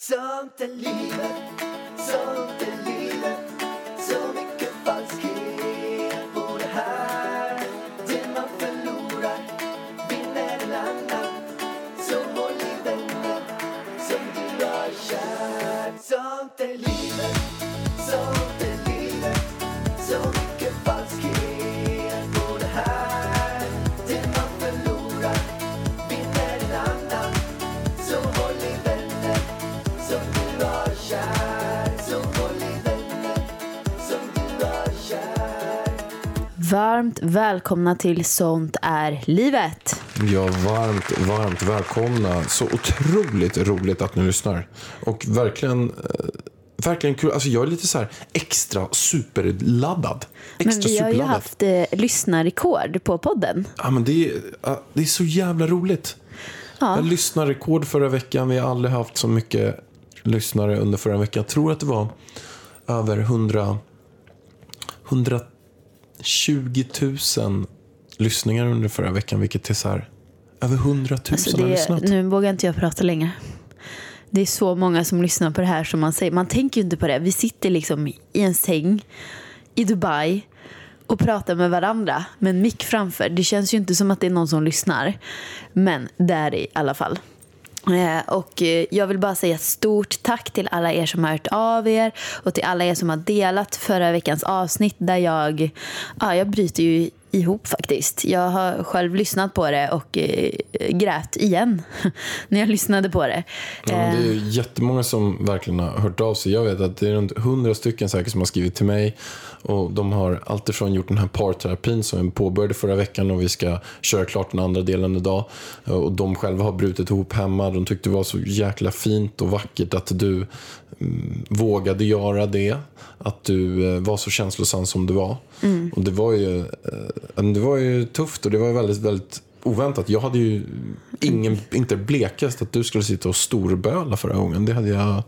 Sånt är livet, sånt är livet. Så mycket falskhet på det här. Det man förlorar vinner en annan. Så håll i vänner som du har kär. Sånt är livet, sånt är livet. Så mycket falskhet på det här. Det man förlorar vinner en annan. Så håll i vänner som du har kär. Så håll i vänner som du har kär. Varmt välkomna till Sånt är livet. Ja, varmt välkomna. Så otroligt roligt att ni lyssnar. Och verkligen kul. Alltså jag är lite så här extra superladdad. Men vi har ju haft lyssnarrekord på podden. Ja, men det är så jävla roligt. Ja. Jag lyssnade rekord förra veckan. Vi har aldrig haft så mycket lyssnare under förra veckan. Jag tror att det var över 120 000 lyssningar under förra veckan. Vilket är så här över 100 000 Alltså har lyssnat. nu vågar inte jag prata längre. Det är så många som lyssnar på det här som man säger. Man tänker ju inte på det. Vi sitter liksom i en säng i Dubai och pratar med varandra med en mick framför. Det känns ju inte som att det är någon som lyssnar. Men där i alla fall. Och jag vill bara säga ett stort tack till alla er som har hört av er och till alla er som har delat förra veckans avsnitt där jag bryter ju ihop faktiskt. Jag har själv lyssnat på det och grät igen när jag lyssnade på det. Ja, men det är jättemånga som verkligen har hört av sig. Jag vet att det är runt 100 stycken säkert som har skrivit till mig. Och de har alltifrån gjort den här parterapin som vi påbörjade förra veckan och vi ska köra klart den andra delen idag. Och de själva har brutit ihop hemma. De tyckte det var så jäkla fint och vackert att du vågade göra det. Att du var så känslosam som du var. Mm. Och det var ju tufft och det var väldigt, väldigt oväntat. Jag hade ju inte blekast att du skulle sitta och storböla förra gången. Det hade jag...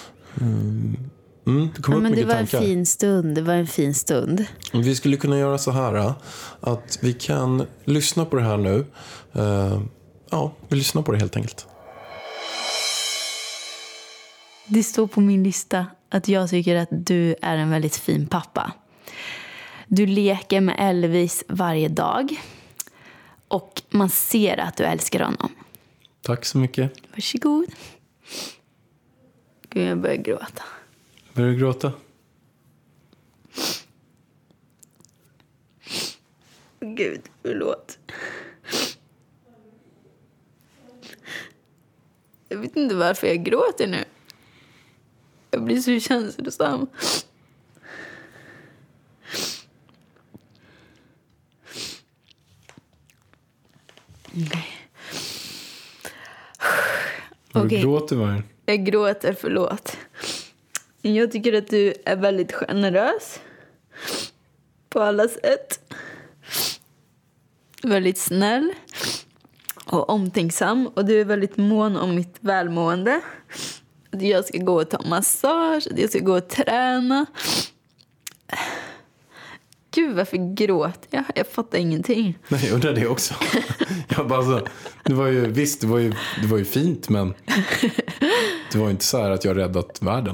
det var en fin stund. Vi skulle kunna göra så här att vi kan lyssna på det här nu. Vi lyssnar på det helt enkelt. Det står på min lista att jag tycker att du är en väldigt fin pappa. Du leker med Elvis varje dag. Och man ser att du älskar honom. Tack så mycket. Varsågod. Gud, jag börjar gråta. Börjar du gråta? Gud, förlåt. Jag vet inte varför jag gråter nu. Jag blir så känslosam. Okay. Gråter varje. Jag gråter, förlåt. Jag tycker att du är väldigt generös. På alla sätt. Väldigt snäll. Och omtänksam. Och du är väldigt mån om mitt välmående. Att jag ska gå och ta massage. Att jag ska gå och träna. Gud, varför gråter jag? Jag fattar ingenting. Nej, jag undrar det också. Jag bara så, det var ju fint, men det var inte så här att jag räddat världen.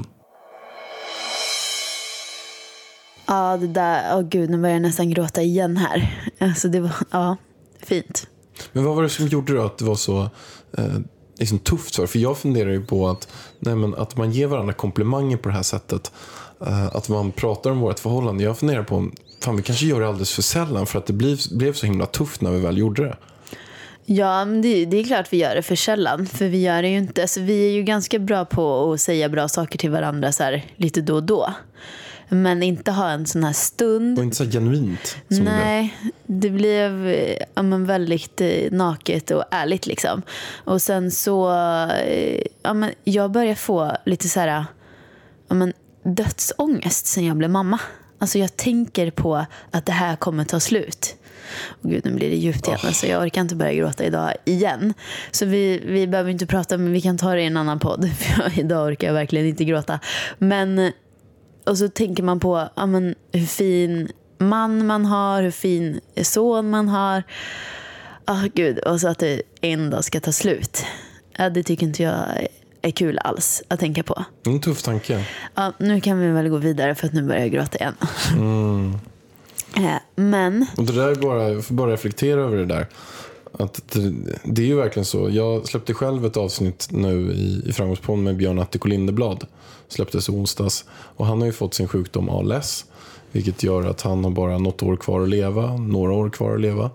Ja, det där, gud, nu börjar jag nästan gråta igen här. Alltså det var, fint. Men vad var det som gjorde då att det var så liksom tufft för jag funderar ju på att man ger varandra komplimanger på det här sättet. Att man pratar om vårt förhållande. Jag funderar på vi kanske gör det alldeles för sällan för att det blev så himla tufft när vi väl gjorde det. Ja, men det är klart vi gör det för sällan. För vi gör det ju inte. Alltså, vi är ju ganska bra på att säga bra saker till varandra så här, lite då och då. Men inte ha en sån här stund. Och inte så genuint. Nej, det blev väldigt naket och ärligt liksom. Och sen så jag börjar få lite så här dödsångest sen jag blev mamma. Alltså jag tänker på att det här kommer ta slut. Och gud, nu blir det djupt igen. Alltså jag orkar inte börja gråta idag igen. Så vi behöver inte prata, men vi kan ta det i en annan podd. För idag orkar jag verkligen inte gråta. Men, och så tänker man på hur fin man man har, hur fin son man har. Gud, och så att det en dag ska ta slut. Ja, det tycker inte jag är kul alls att tänka på. En tuff tanke. Ja, nu kan vi väl gå vidare för att nu börjar jag gråta igen. Men Och det där är bara, jag får bara reflektera över det där. Att det är ju verkligen så. Jag släppte själv ett avsnitt nu i Framgångspodden med Björn Attiko Lindeblad. Släpptes onsdags. Och han har ju fått sin sjukdom ALS. Vilket gör att han har bara några år kvar att leva.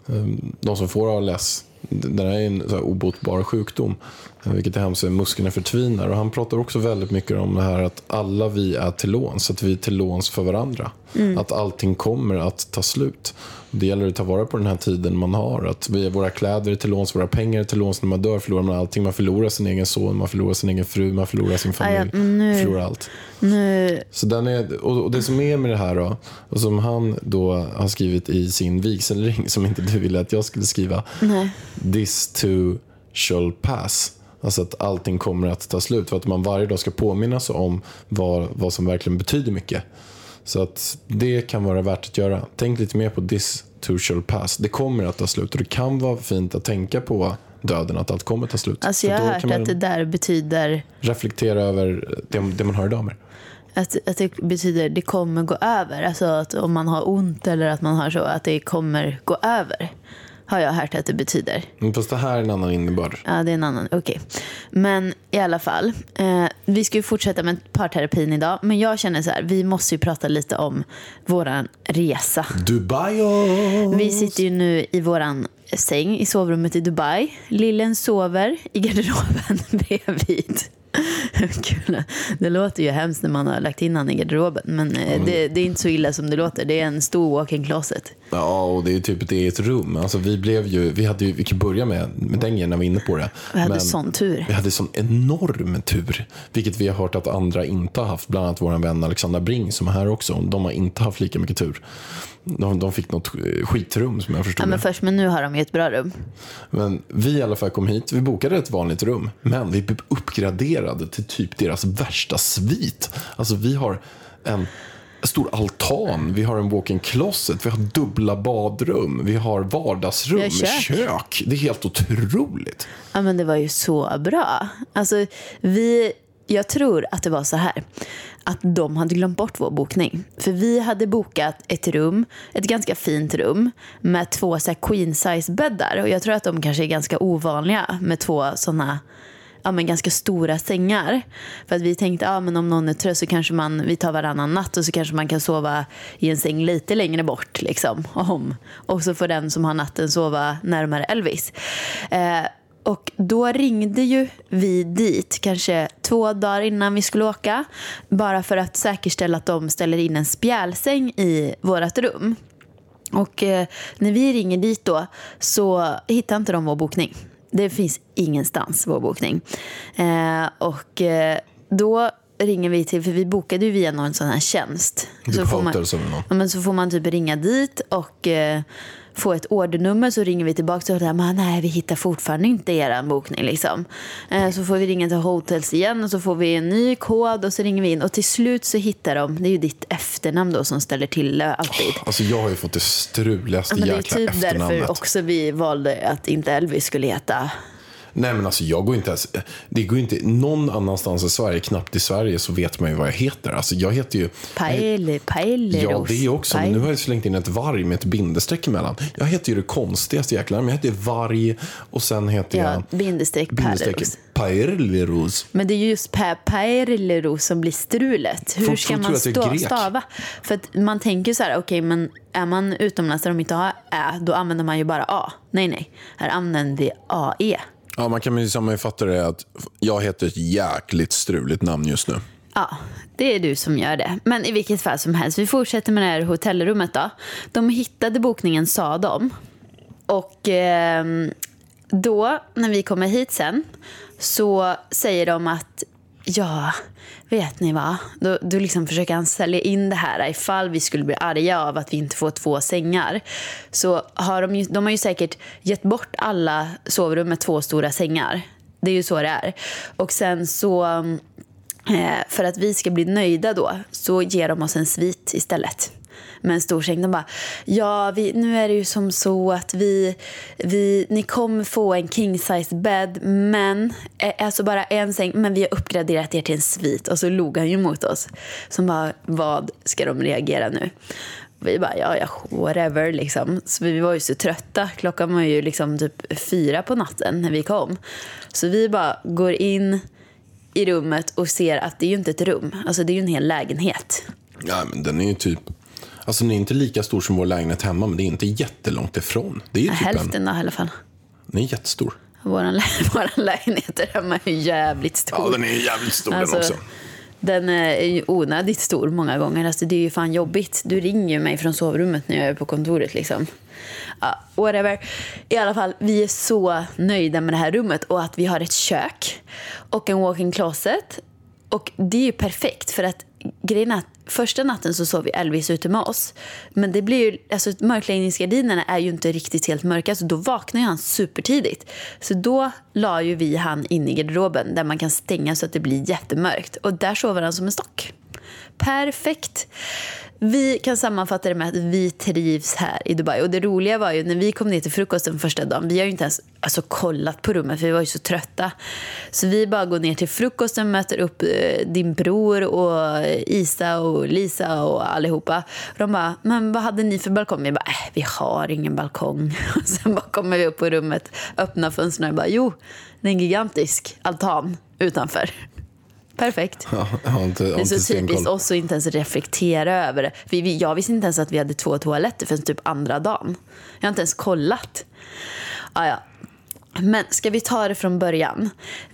De som får ALS, det är en så här obotbar sjukdom. Vilket är hemskt, musklerna förtvinar. Och han pratar också väldigt mycket om det här att alla vi är till låns. Att vi är till låns för varandra. Att allting kommer att ta slut. Det gäller att ta vara på den här tiden man har. Att våra kläder är till låns, våra pengar är till låns. När man dör förlorar man allting. Man förlorar sin egen son, man förlorar sin egen fru, man förlorar sin familj. Man förlorar allt. Så den är, och det som är med det här då, och som han då har skrivit i sin vigselring, som inte du ville att jag skulle skriva. nej. This too shall pass. Alltså att allting kommer att ta slut. För att man varje dag ska påminnas om vad som verkligen betyder mycket. Så att det kan vara värt att göra. Tänk lite mer på this too shall pass. Det kommer att ta slut. Och det kan vara fint att tänka på döden, att allt kommer att ta slut. Alltså jag har hört att det där betyder... reflektera över det man har idag med. Att det betyder det kommer gå över. Alltså att om man har ont eller att man har så, att det kommer gå över. Har jag hört att det betyder. Fast det här är en annan innebörd. Ja, det är en annan. Okej. Men i alla fall. Vi ska ju fortsätta med parterapin idag. Men jag känner så här. Vi måste ju prata lite om våran resa. Dubai. Vi sitter ju nu i våran säng i sovrummet i Dubai. Lillen sover i garderoben bredvid. Kul. Det låter ju hemskt när man har lagt in han i garderoben. Men det är inte så illa som det låter. Det är en stor walk-in closet. Ja, och det är typ ett eget rum. Alltså vi kan börja med den grejen när vi är inne på det. Vi hade sån tur. Vi hade sån enorm tur. Vilket vi har hört att andra inte har haft. Bland annat vår vän Alexandra Bring som är här också. De har inte haft lika mycket tur. De fick något skitrum som jag förstod. Ja, men nu har de ju ett bra rum. Men vi i alla fall kom hit. Vi bokade ett vanligt rum. Men vi blev uppgraderade till typ deras värsta svit. Alltså vi har en stor altan. Vi har en walk-in closet. Vi har dubbla badrum. Vi har vardagsrum med kök. Det är helt otroligt. Ja, men det var ju så bra. Alltså jag tror att det var så här. Att de hade glömt bort vår bokning. För vi hade bokat ett rum, ett ganska fint rum med 2 så här queen size bäddar. Och jag tror att de kanske är ganska ovanliga med 2 såna, ja, men ganska stora sängar. För att vi tänkte, men om någon är trött så kanske vi tar varannan natt och så kanske man kan sova i en säng lite längre bort liksom, och så får den som har natten sova närmare Elvis. Och då ringde ju vi dit kanske 2 dagar innan vi skulle åka. Bara för att säkerställa att de ställer in en spjälsäng i vårat rum. Och när vi ringer dit då så hittar inte de vår bokning. Det finns ingenstans vår bokning. Då ringer vi till, för vi bokade ju via någon sån här tjänst. Så får man typ ringa dit och få ett ordernummer, så ringer vi tillbaka och säger nej, vi hittar fortfarande inte er bokning liksom. Så får vi ringa till hotels igen och så får vi en ny kod och så ringer vi in och till slut så hittar de, det är ju ditt efternamn då som ställer till alltid. Alltså jag har ju fått det struligaste jäkla efternamnet. Det är typ därför också vi valde att inte Elvis skulle heta. Nej, men alltså jag går inte ens, det går inte någon annanstans i Sverige, knappt i Sverige så vet man ju vad jag heter. Alltså jag heter ju Paelle. Ja, det är också, men nu har jag slängt in ett varg med ett bindestreck emellan. Jag heter ju det konstigaste jäkla, men jag heter varg och sen heter jag bindestreck Paerleros. Men det är just Paerleros som blir strulet. Hur ska man stava? För att man tänker så här, okej, men är man utomlands där de inte har då använder man ju bara A. Nej. Här använder vi AE. Ja, man kan ju sammanfatta det att jag heter ett jäkligt struligt namn just nu. Ja, det är du som gör det. Men i vilket fall som helst, vi fortsätter med det här hotellrummet då. De hittade bokningen, sa de. Och då, när vi kommer hit sen, så säger de att ja, vet ni vad? Då liksom försöker han sälja in det här ifall vi skulle bli arga av att vi inte får 2 sängar. Så har de har ju säkert gett bort alla sovrum med 2 stora sängar. Det är ju så det är. Och sen så för att vi ska bli nöjda då så ger de oss en svit istället. med en stor säng. De bara, ja, nu är det ju som så att ni kommer få en king size bed, men alltså bara en säng, men vi har uppgraderat er till en svit. Och så log han ju mot oss. Som bara, vad ska de reagera nu? Vi bara, ja, whatever liksom. Så vi var ju så trötta. Klockan var ju liksom typ 4 på natten när vi kom. Så vi bara går in i rummet och ser att det är ju inte ett rum. Alltså det är ju en hel lägenhet. Ja, men den är ju typ... Alltså den är inte lika stor som vår lägenhet hemma, men det är inte jättelångt ifrån. Det är ju typ hälften då i alla fall. Den är jättestor. Våran lägenhet där hemma är jävligt stor. Ja, den är jävligt stor alltså, den också. Den är ju onödigt stor många gånger. Alltså det är ju fan jobbigt. Du ringer ju mig från sovrummet när jag är på kontoret liksom. Ja, whatever. I alla fall, vi är så nöjda med det här rummet. Och att vi har ett kök och en walk-in closet. Och det är ju perfekt för att grejen är att första natten så sov vi Elvis ute med oss. Men det blir ju, alltså mörkläggningsgardinerna är ju inte riktigt helt mörka, så då vaknar ju han supertidigt. Så då la ju vi han in i garderoben där man kan stänga så att det blir jättemörkt. Och där sover han som en stock. Perfekt. Vi kan sammanfatta det med att vi trivs här i Dubai. Och det roliga var ju när vi kom ner till frukosten första dagen. Vi har ju inte ens kollat på rummet för vi var ju så trötta. Så vi bara går ner till frukosten, möter upp din bror och Isa och Lisa och allihopa. Och de bara, men vad hade ni för balkong? Vi bara, vi har ingen balkong. Och sen bara kommer vi upp på rummet, öppnar fönstren och bara, jo, det är en gigantisk altan utanför. Perfekt. Ja, det är så typiskt oss att inte ens reflektera över det. Jag visste inte ens att vi hade 2 toaletter för typ andra dagen. Jag har inte ens kollat. Ja. Men ska vi ta det från början?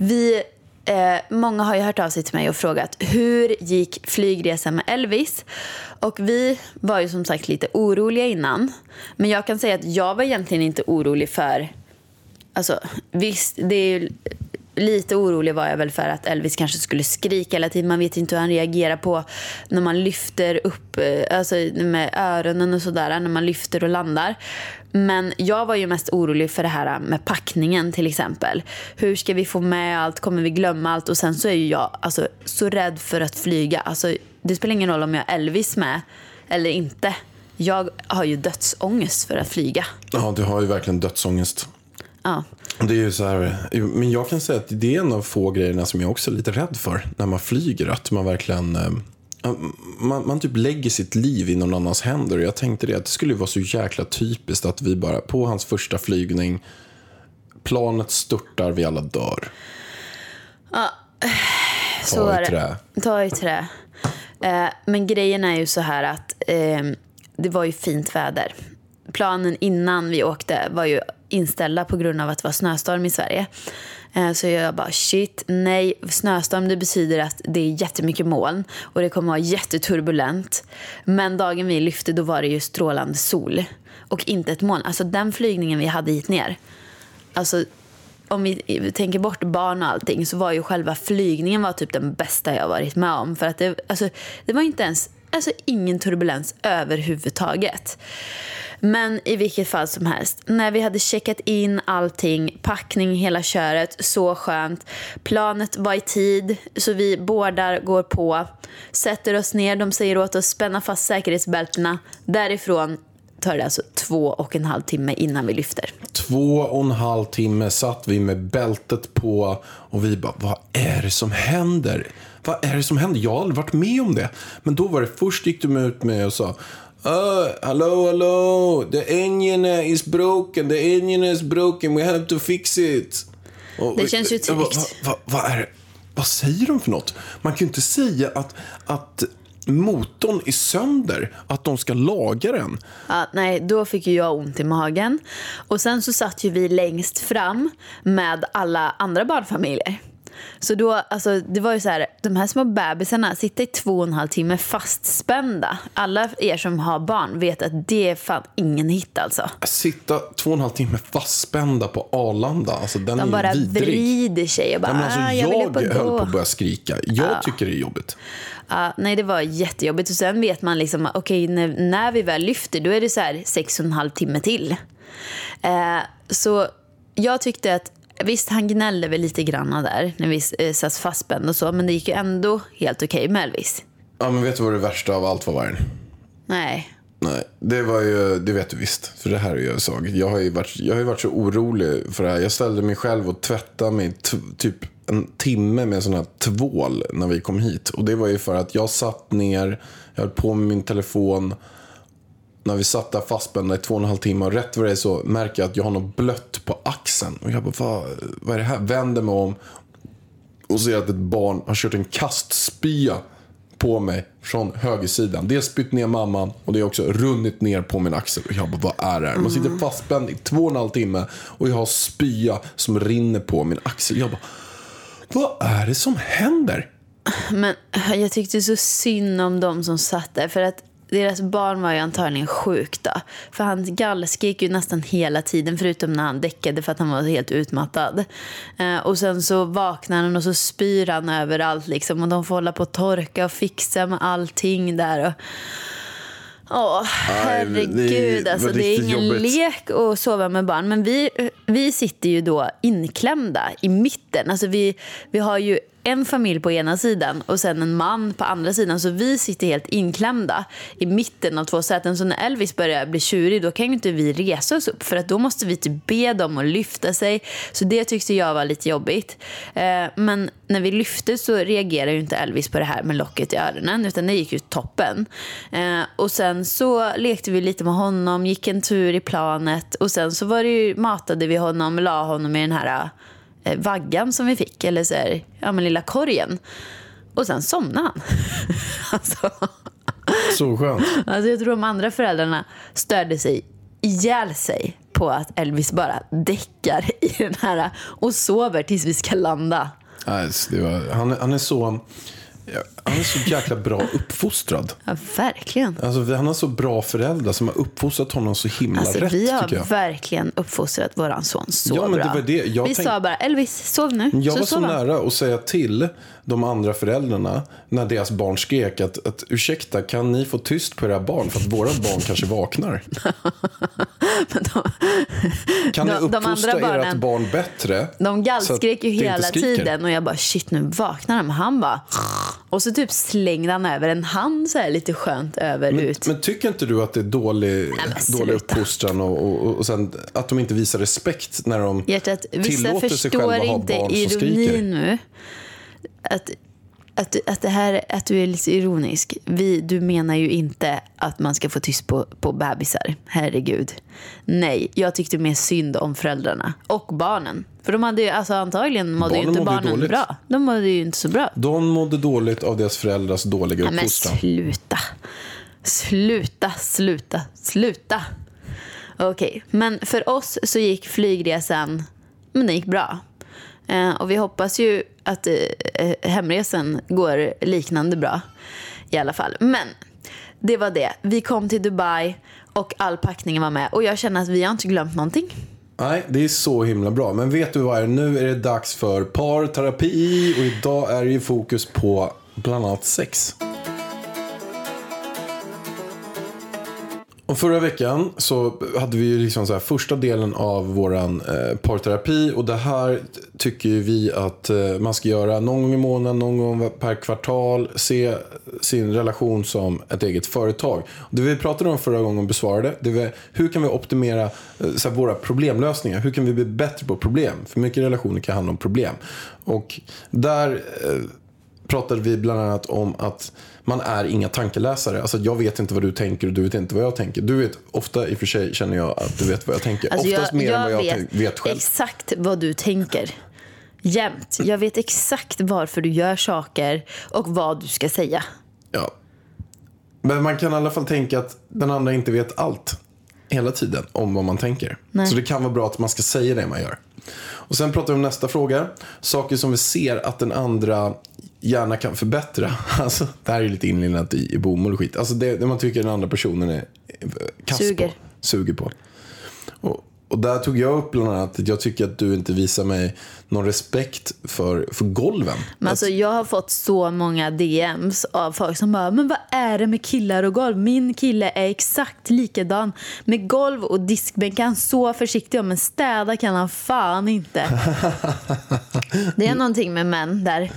Många har ju hört av sig till mig och frågat hur gick flygresan med Elvis? Och vi var ju som sagt lite oroliga innan. Men jag kan säga att jag var egentligen inte orolig för... Alltså visst, det är ju... Lite orolig var jag väl för att Elvis kanske skulle skrika hela tiden. Man vet inte hur han reagerar på när man lyfter upp, alltså med öronen och sådär, när man lyfter och landar. Men jag var ju mest orolig för det här med packningen till exempel. Hur ska vi få med allt? Kommer vi glömma allt? Och sen så är ju jag så rädd för att flyga. Alltså, det spelar ingen roll om jag har Elvis med eller inte. Jag har ju dödsångest för att flyga. Ja, du har ju verkligen dödsångest. Ja. Det är ju så här, men jag kan säga att det är en av få grejerna som jag också är lite rädd för när man flyger, att man verkligen man typ lägger sitt liv i någon annans händer. Och jag tänkte att det skulle vara så jäkla typiskt att vi bara på hans första flygning, planet störtar, vi alla dör. Ja, så är det. Ta i trä. Men grejen är ju så här att det var ju fint väder. Planen innan vi åkte var ju inställda på grund av att det var snöstorm i Sverige. Så jag bara, shit, nej, snöstorm, det betyder att det är jättemycket moln och det kommer vara jätteturbulent. Men dagen vi lyfte, då var det ju strålande sol och inte ett moln. Alltså den flygningen vi hade hit ner, alltså om vi tänker bort barn och allting, så var ju själva flygningen var typ den bästa jag varit med om. För att det var inte ens, ingen turbulens överhuvudtaget. Men i vilket fall som helst, när vi hade checkat in allting, packning, hela köret, så skönt. Planet var i tid, så vi bådar, går på, sätter oss ner. De säger åt oss spänna fast säkerhetsbältena. Därifrån tar det alltså 2,5 timme innan vi lyfter. 2,5 timme satt vi med bältet på och vi bara, vad är det som händer? Vad är det som händer? Jag har aldrig varit med om det. Men då var det först gick de ut med och sa, hello, the engine is broken, we have to fix it. Och, det känns ju tryggt. Vad är det? Vad säger de för något? Man kan ju inte säga att motorn är sönder, att de ska laga den. Ja, nej, då fick ju jag ont i magen. Och sen så satt ju vi längst fram med alla andra barnfamiljer. Så då, alltså, det var ju så här, de här små bebisarna sitter i 2,5 timmar fastspända. Alla er som har barn vet att det är fan ingen hit alltså. Sitta 2,5 timmar fastspända på Arlanda, alltså den de är bara vidrig. Vrider sig och bara, nej, men alltså, jag höll på att börja skrika. Jag tycker det är jobbigt. Nej, det var jättejobbigt. Och sen vet man liksom, okej, när vi väl lyfter, då är det så här 6,5 timmar till. Så jag tyckte att visst, han gnällde väl lite grann där när vi satt fastspänd och så, men det gick ju ändå helt okej med Elvis. Ja, men vet du vad det värsta av allt var? Nej. Nej, det var ju, det vet du visst, för det här är ju sak. Jag har ju varit så orolig för det här. Jag ställde mig själv och tvättade mig typ en timme med sån här tvål när vi kom hit. Och det var ju för att jag satt ner, jag höll på med min telefon när vi satt där fastspända i 2,5 timmar. Och rätt vad det är så märker jag att jag har något blött på axeln. Och jag bara, vad är det här? Vänder mig om och ser att ett barn har kört en kastspya på mig från högersidan. Det har spytt ner mamman och det har också runnit ner på min axel. Och jag bara, vad är det här? Man sitter fastspänd i 2,5 timmar och jag har spya som rinner på min axel. Jag bara, vad är det som händer? Men jag tyckte så synd om dem som satt där. För att deras barn var ju antagligen sjuk då. För han gallskrek ju nästan hela tiden, förutom när han däckade för att han var helt utmattad. Och sen så vaknar han och så spyr han överallt liksom. Och de får hålla på att torka och fixa med allting där. Och herregud, alltså det är ingen lek att sova med barn. Men vi sitter ju då inklämda i mitten. Alltså vi har ju en familj på ena sidan och sen en man på andra sidan. Så vi sitter helt inklämda i mitten av 2 säten. Så när Elvis börjar bli tjurig, då kan ju inte vi resa oss upp. För att då måste vi typ be dem att lyfta sig. Så det tyckte jag var lite jobbigt. Men när vi lyfte så reagerade ju inte Elvis på det här med locket i öronen. Utan det gick ju toppen. Och sen så lekte vi lite med honom, gick en tur i planet. Och sen så var det ju, matade vi honom, la honom i den här vaggan som vi fick, eller så här, ja men lilla korgen. Och sen somnade han. Alltså. Så skönt. Alltså jag tror de andra föräldrarna störde sig ihjäl sig på att Elvis bara däckar i den här och sover tills vi ska landa. Alltså, han är så jäkla bra uppfostrad. Ja, verkligen. Alltså, han har så bra föräldrar som har uppfostrat honom så himla rätt, vi har tycker jag. Verkligen uppfostrat våran son så bra. Det var det. Vi sa bara, Elvis, sov nu. Jag var så nära att säga till de andra föräldrarna när deras barn skrek att ursäkta, kan ni få tyst på era barn för att våra barn kanske vaknar? Kan ni uppfostra ert barn bättre? De gallskrek ju hela tiden och jag bara, shit, nu vaknar de. Han bara, och så typ slängde han över en hand så här lite skönt ut. Men tycker inte du att det är dålig uppfostran och sen att de inte visar respekt när de tillåter sig själva att ha barn som skriker? Nu att det här, att du är lite ironisk. Du menar ju inte att man ska få tyst på bebisar. Herregud. Nej, jag tyckte mer synd om föräldrarna och barnen. För de hade ju, alltså antagligen mådde ju inte barnen bra. De mådde ju inte så bra. De mådde dåligt av deras föräldrars dåliga uppfostran. Men sluta. Okej, men för oss så gick flygresan, men det gick bra. Och vi hoppas ju att hemresan går liknande bra i alla fall. Men det var det. Vi kom till Dubai och all packningen var med. Och jag känner att vi har inte glömt någonting. Nej, det är så himla bra. Men vet du vad är det? Nu är det dags för parterapi. Och idag är det ju fokus på bland annat sex. Och förra veckan så hade vi ju liksom så här första delen av våran parterapi. Och det här tycker vi att man ska göra någon gång i månaden, någon gång per kvartal. Se sin relation som ett eget företag. Det vi pratade om förra gången besvarade, det var hur kan vi optimera så här, våra problemlösningar? Hur kan vi bli bättre på problem? För mycket relationer kan handla om problem. Och där pratade vi bland annat om att man är inga tankeläsare. Alltså jag vet inte vad du tänker och du vet inte vad jag tänker. Du vet, ofta i och för sig känner jag att du vet vad jag tänker. Alltså oftast mer än vad jag vet själv. Exakt vad du tänker. Jämt. Jag vet exakt varför du gör saker och vad du ska säga. Ja. Men man kan i alla fall tänka att den andra inte vet allt hela tiden om vad man tänker. Nej. Så det kan vara bra att man ska säga det man gör. Och sen pratar vi om nästa fråga. Saker som vi ser att den andra gärna kan förbättra. Alltså, det här är lite inlindat i bomull och skit. Alltså det man tycker den andra personen är kass på. Suger på. Och där tog jag upp bland annat att jag tycker att du inte visar mig någon respekt för golven. Men alltså jag har fått så många DMs av folk som bara, men vad är det med killar och golv? Min kille är exakt likadan med golv och diskbänk. Han är så försiktig om, men städa kan han fan inte. Det är någonting med män där.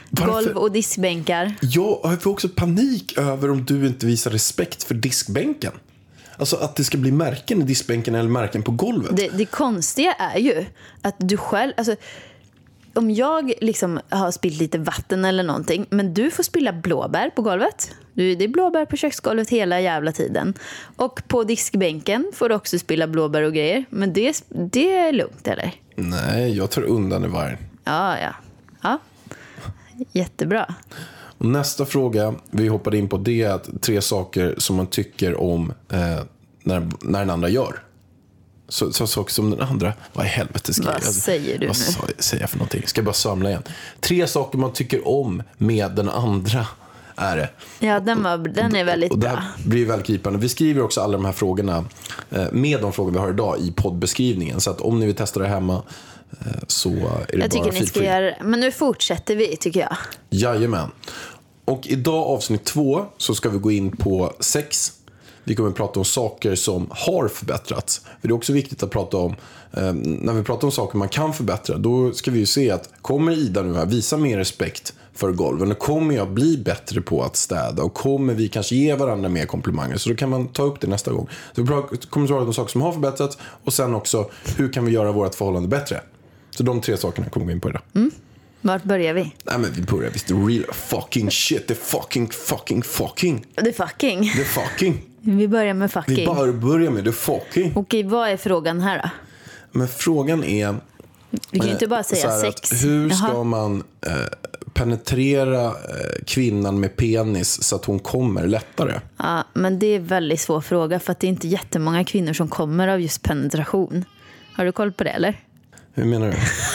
Golv och diskbänkar. Jag får också panik över om du inte visar respekt för diskbänken. Alltså att det ska bli märken i diskbänken eller märken på golvet. Det konstiga är ju att du själv... Alltså, om jag liksom har spillt lite vatten eller någonting, men du får spilla blåbär på golvet. Det är blåbär på köksgolvet hela jävla tiden. Och på diskbänken får du också spilla blåbär och grejer. Men det är lugnt, eller? Nej, jag tar undan i varje. Ja. Jättebra. Och nästa fråga vi hoppade in på, det är att 3 saker som man tycker om när den andra gör. Så saker som den andra. Vad i helvete ska Vad säger du nu? Vad säger jag för någonting? Ska jag bara samla igen. 3 saker man tycker om med den andra är det. Ja, den är väldigt och bra. det här blir väldigt gripande. Vi skriver också alla de här frågorna med de frågor vi har idag i poddbeskrivningen. Så att om ni vill testa det hemma så är det Jag bara tycker ni ska göra... Men nu fortsätter vi, tycker jag. Jajamän. Och idag avsnitt 2 så ska vi gå in på sex. Vi kommer att prata om saker som har förbättrats. För det är också viktigt att prata om, när vi pratar om saker man kan förbättra, då ska vi ju se att kommer Ida nu här visa mer respekt för golven, och kommer jag bli bättre på att städa, och kommer vi kanske ge varandra mer komplimanger, så då kan man ta upp det nästa gång. Så vi kommer att prata om saker som har förbättrats, och sen också hur kan vi göra vårt förhållande bättre. Så de 3 sakerna kommer vi in på idag. Vart börjar vi? Nej, men vi börjar visst. The real fucking shit. The fucking. Det fucking. The fucking. Vi börjar med fucking. Vi bara börjar med the fucking. Okej, vad är frågan här då? Men frågan är... Vi kan ju inte bara säga sex. Hur ska man penetrera kvinnan med penis så att hon kommer lättare? Ja, men det är en väldigt svår fråga, för att det är inte jättemånga kvinnor som kommer av just penetration. Har du koll på det, eller? Hur menar du?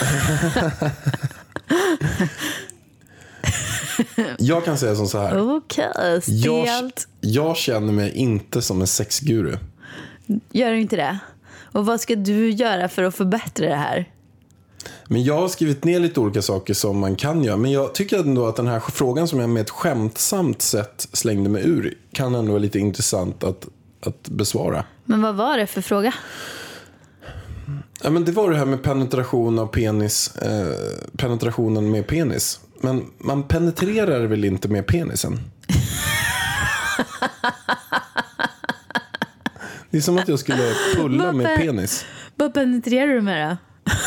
Jag kan säga som så här. Okej, stelt. Jag känner mig inte som en sexguru. Gör du inte det? Och vad ska du göra för att förbättra det här? Men jag har skrivit ner lite olika saker som man kan göra. Men jag tycker ändå att den här frågan som jag med ett skämtsamt sätt slängde mig ur kan ändå vara lite intressant att besvara. Men vad var det för fråga? Ja, men det var det här med penetration av penis. Penetrationen med penis. Men man penetrerar väl inte med penisen? Det är som att jag skulle pulla med penis. Vad penetrerar du med då?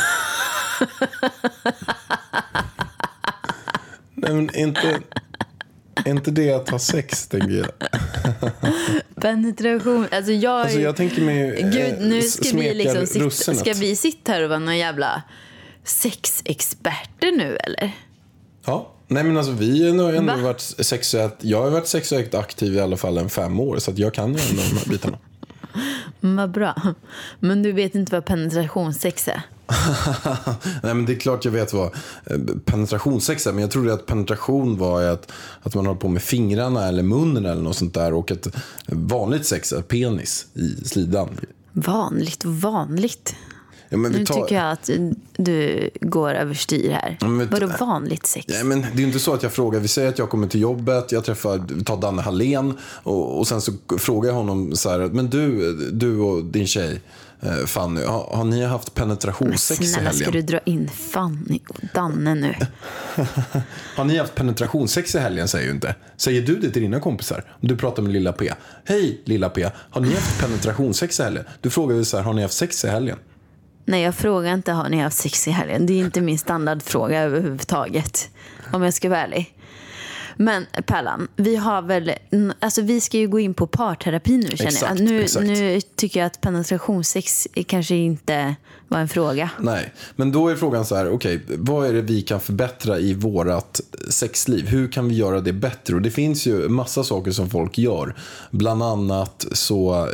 Nej, men inte det att ha sex, tänker jag. Penetration. Alltså jag tänker mig Gud, nu ska vi liksom ska vi sitta här och vara någon jävla sexexperter nu, eller? Ja. Nej, men alltså vi har ändå varit sexuellt. Jag har varit sexuellt aktiv i alla fall 5 år, så att jag kan ju ändå de här bitarna. Vad bra. Men du vet inte vad penetrationssex är? Nej, men det är klart jag vet vad penetrationssex är. Men jag trodde att penetration var att man håller på med fingrarna eller munnen eller något sånt där. Och att vanligt sex är penis i slidan. Vanligt. Ja, men nu tycker jag att du går överstyr här. Ja, vadå vanligt sex? Ja, men det är ju inte så att jag frågar. Vi säger att jag kommer till jobbet. Jag tar Danne Hallén. Och sen så frågar jag honom så här. Men du och din tjej Fanny, har ni haft penetrationssex i helgen? Snälla, ska du dra in Fanny och Danne nu? Har ni haft penetrationssex i helgen, säger ju inte. Säger du det till dina kompisar? Du pratar med Lilla P. Hej Lilla P, har ni haft penetrationssex i helgen? Du frågar så här, har ni haft sex i helgen? Nej, jag frågar inte, har ni haft sex i helgen? Det är inte min standardfråga överhuvudtaget, om jag ska vara ärlig. Men Pärlan, vi ska ju gå in på parterapi nu, känner jag. Nu tycker jag att penetrationssex kanske inte var en fråga. Nej, men då är frågan så här, okej, vad är det vi kan förbättra i vårat sexliv? Hur kan vi göra det bättre? Och det finns ju massa saker som folk gör. Bland annat så...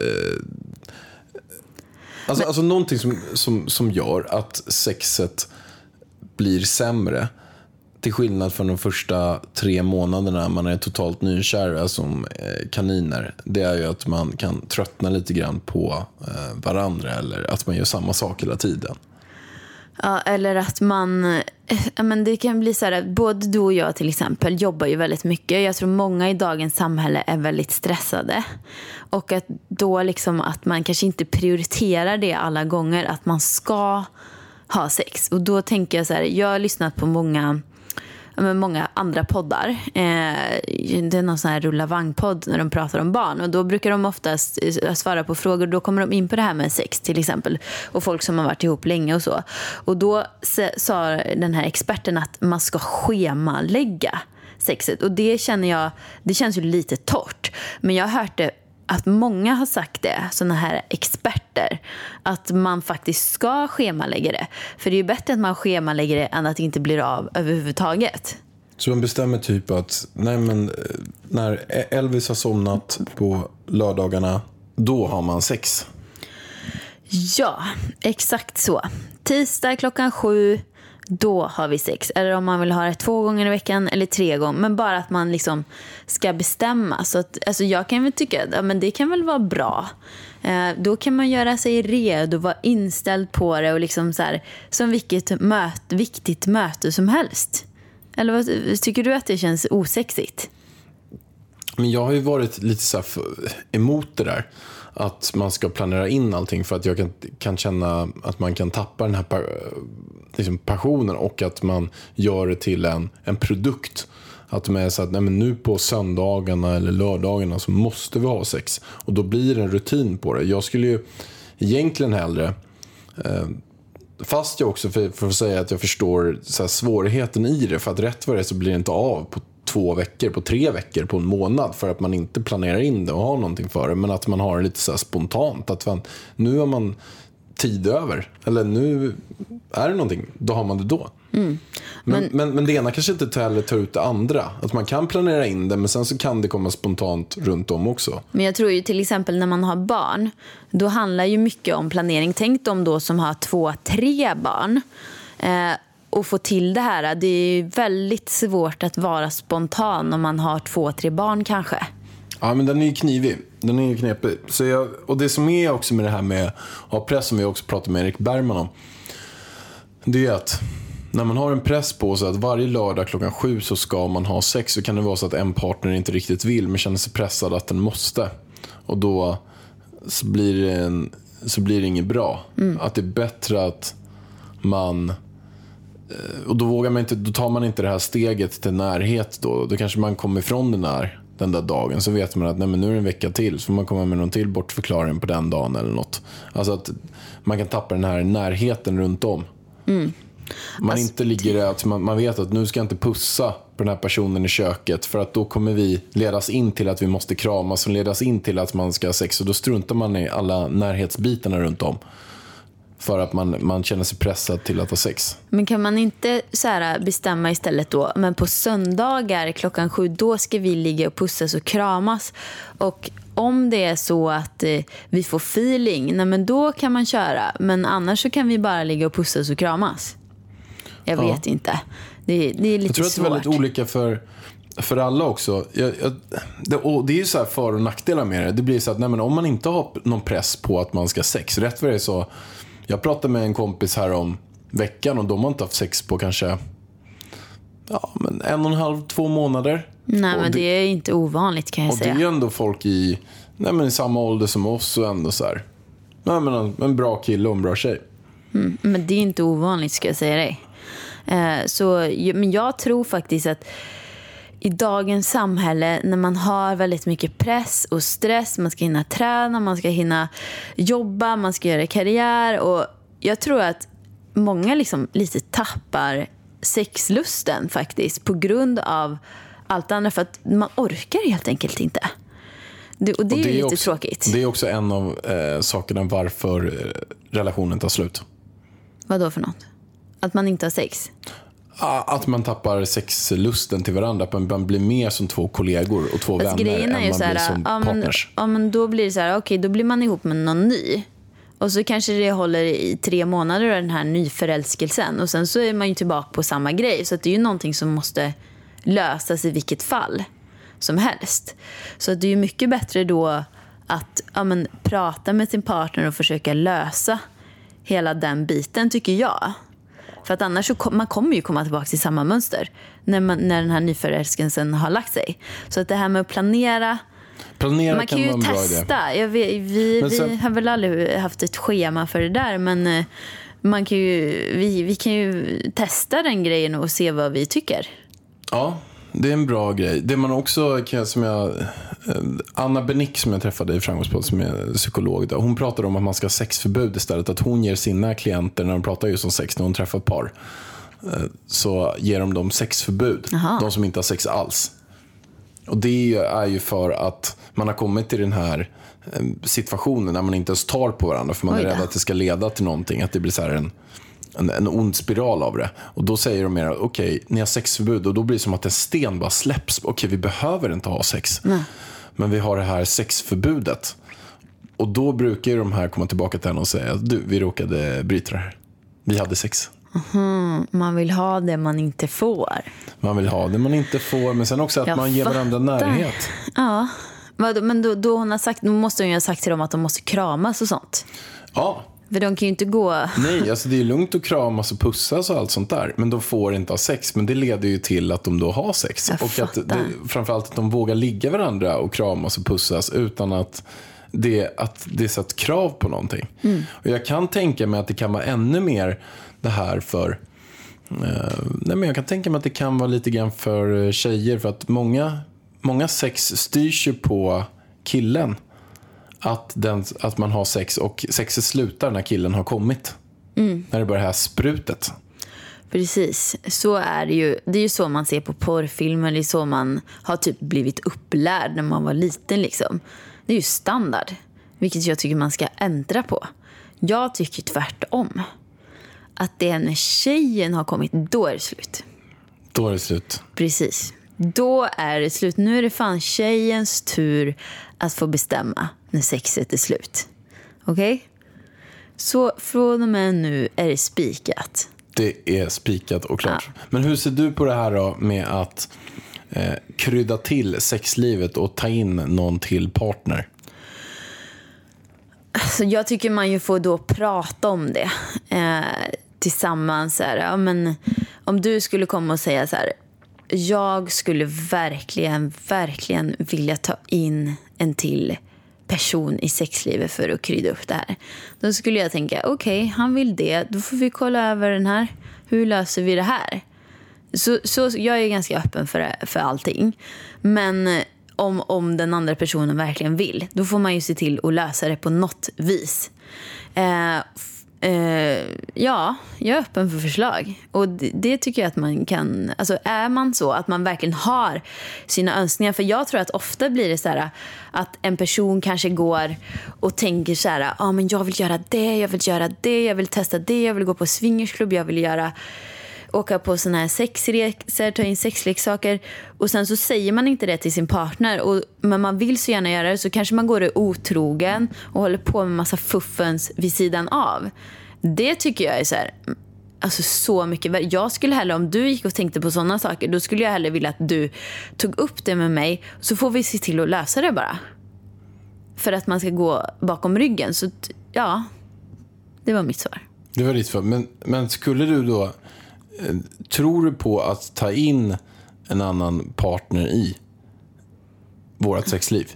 Alltså någonting som gör att sexet blir sämre, till skillnad från de första 3 månaderna man är totalt nykära som kaniner, det är ju att man kan tröttna lite grann på varandra, eller att man gör samma sak hela tiden. Ja, eller att men det kan bli så här, både du och jag till exempel jobbar ju väldigt mycket. Jag tror många i dagens samhälle är väldigt stressade. Och att då liksom att man kanske inte prioriterar det alla gånger, att man ska ha sex. Och då tänker jag så här, jag har lyssnat på många med många andra poddar. Det är någon sån här rulla vagn-podd när de pratar om barn. Och då brukar de oftast svara på frågor. Då kommer de in på det här med sex till exempel. Och folk som har varit ihop länge och så. Och då sa den här experten att man ska schemalägga sexet. Och det känner jag, det känns ju lite torrt. Men jag har hört det att många har sagt det, såna här experter, att man faktiskt ska schemalägga det. För det är ju bättre att man schemalägger det än att det inte blir av överhuvudtaget. Så man bestämmer typ att när Elvis har somnat på lördagarna, då har man sex? Ja, exakt så. Tisdag 7:00, då har vi sex. Eller om man vill ha det 2 gånger i veckan eller 3 gånger. Men bara att man liksom ska bestämma. Så att, alltså jag kan väl tycka att men det kan väl vara bra. Då kan man göra sig redo och vara inställd på det. Och liksom så här, som vilket viktigt möte som helst. Eller vad, tycker du att det känns osexigt? Men jag har ju varit lite så här emot det där. Att man ska planera in allting, för att jag kan känna att man kan tappa den här liksom passionen, och att man gör det till en produkt. Att man är så att men nu på söndagarna eller lördagarna så måste vi ha sex. Och då blir det en rutin på det. Jag skulle ju egentligen hellre, fast jag också för att säga att jag förstår så här svårigheten i det, för att rätt vad det är så blir det inte av på 2 veckor, på 3 veckor, på en månad, för att man inte planerar in det och har någonting för det, men att man har det lite så här spontant, att nu har man tid över, eller nu är det någonting, då har man det då. Men det ena kanske inte heller tar ut det andra, att man kan planera in det, men sen så kan det komma spontant runt om också. Men jag tror ju till exempel när man har barn, då handlar ju mycket om planering. Tänk de då som har 2-3 barn, och få till det här. Det är väldigt svårt att vara spontan om man har 2-3 barn kanske. Ja, men den är ju knivig. Den är ju knepig. Och det som är också med det här med att ha press, som vi också pratade med Erik Bergman om, det är att när man har en press på sig att varje lördag 7:00 så ska man ha sex, så kan det vara så att en partner inte riktigt vill, men känner sig pressad att den måste. Och då så blir det inget bra. Att det är bättre att man... Och då vågar man inte, då tar man inte det här steget till närhet då kanske man kommer ifrån den där dagen, så vet man att nej, men nu är det en vecka till, så får man komma med någon till bortförklaring på den dagen eller något. Alltså att man kan tappa den här närheten runt om. Man inte ligger att man vet att nu ska jag inte pussa på den här personen i köket, för att då kommer vi ledas in till att vi måste kramas, och ledas in till att man ska ha sex, och då struntar man i alla närhetsbitarna runt om. För att man känner sig pressad till att ha sex. Men kan man inte så här bestämma istället då, men på söndagar 7:00, då ska vi ligga och pussas och kramas. Och om det är så att vi får feeling, nej, men då kan man köra. Men annars så kan vi bara ligga och pussas och kramas. Jag vet inte. Det är lite svårt. Jag tror att det är väldigt olika för alla också. Det är ju så här för- och nackdelar med det. Det blir så att nej, men om man inte har någon press på att man ska ha sex, rätt vad det är så... Jag pratade med en kompis här om veckan, och de har inte haft sex på kanske 1,5-2 månader. Nej, men det är inte ovanligt, kan jag säga. Och det är ju ändå folk i samma ålder som oss, och ändå så här, en bra kille och en bra tjej. Men det är inte ovanligt, ska jag säga dig. Men jag tror faktiskt att i dagens samhälle, när man har väldigt mycket press och stress, man ska hinna träna, man ska hinna jobba, man ska göra karriär, och jag tror att många liksom lite tappar sexlusten faktiskt på grund av allt annat, för att man orkar helt enkelt inte. Och det är lite också tråkigt. Det är också en av sakerna varför relationen tar slut. Vad då för något? Att man inte har sex? Att man tappar sexlusten till varandra. Att man blir mer som 2 kollegor och 2 vänner än man blir som partners. Men då blir det så här, okej, då blir man ihop med någon ny. Och så kanske det håller i 3 månader, den här nyförälskelsen. Och sen så är man ju tillbaka på samma grej. Så att det är ju någonting som måste lösas i vilket fall som helst. Så att det är ju mycket bättre då att prata med sin partner och försöka lösa hela den biten, tycker jag. För att annars så man kommer ju komma tillbaka till samma mönster när den här nyförälskelsen har lagt sig. Så att det här med att planera man kan ju testa. Vi har väl aldrig haft ett schema för det där, men vi kan ju testa den grejen och se vad vi tycker. Ja, det är en bra grej. Det man också Anna Benick som jag träffade i Framgångspodden som är psykolog då, hon pratade om att man ska ha sexförbud istället. Att hon ger sina klienter, när de pratar just om sex, när hon träffar ett par, så ger de dem sexförbud. Aha. De som inte har sex alls. Och det är ju för att man har kommit till den här situationen när man inte ens tar på varandra, för man är rädd att det ska leda till någonting, att det blir så här en ond spiral av det. Och då säger de mer, okej, ni har sexförbud, och då blir det som att en sten bara släpps. Okej, vi behöver inte ha sex. Men vi har det här sexförbudet. Och då brukar de här komma tillbaka till henne och säga, du, vi råkade bryta det här. Vi hade sex. Man vill ha det man inte får. Man vill ha det man inte får, men sen också att man ger varandra närhet. Ja, men då hon har sagt, då måste hon ju ha sagt till dem att de måste kramas och sånt. Ja. För de kan ju inte gå... Nej, alltså det är lugnt att kramas och pussas och allt sånt där. Men de får inte ha sex. Men det leder ju till att de då har sex. Och att framförallt att de vågar ligga varandra och kramas och pussas utan att det är satt krav på någonting. Och jag kan tänka mig att det kan vara ännu mer det här för... men jag kan tänka mig att det kan vara lite grann för tjejer. För att många sex styrs ju på killen. Att man har sex och sexet slutar när killen har kommit. När det bara är här sprutet. Precis, så är det ju. Det är ju så man ser på porrfilmer. Det är så man har typ blivit upplärd när man var liten liksom. Det är ju standard. Vilket jag tycker man ska ändra på. Jag tycker tvärtom. Att det är när tjejen har kommit, då är det slut. Då är det slut. Precis. Då är det slut. Nu är det fan tjejens tur att få bestämma när sexet är slut. Okej? Så från och med nu är det spikat. Det är spikat och klart. Ja. Men hur ser du på det här då med att krydda till sexlivet och ta in någon till partner? Alltså, jag tycker man ju får då prata om det tillsammans. Så här, ja, men om du skulle komma och säga så här: jag skulle verkligen vilja ta in en till person i sexlivet för att krydda upp det här. Då skulle jag tänka, okej, han vill det. Då får vi kolla över den här. Hur löser vi det här? Så jag är ganska öppen för allting. Men om den andra personen verkligen vill, då får man ju se till att lösa det på något vis. Ja, jag är öppen för förslag. Och det tycker jag att man kan. Alltså är man så att man verkligen har sina önskningar. För jag tror att ofta blir det så här att en person kanske går och tänker så här: men jag vill göra det, jag vill testa det, jag vill gå på swingersklubb, jag vill åka på såna här sexresor, ta in sexleksaker. Och sen så säger man inte det till sin partner, men man vill så gärna göra det. Så kanske man går otrogen och håller på med massa fuffens vid sidan av. Det tycker jag är så här, alltså så mycket. Jag skulle hellre, om du gick och tänkte på sådana saker, då skulle jag hellre vilja att du tog upp det med mig. Så får vi se till att lösa det bara. För att man ska gå bakom ryggen. Så ja, det var mitt svar. Det var ditt svar. Men skulle du då, tror du på att ta in en annan partner i vårt sexliv?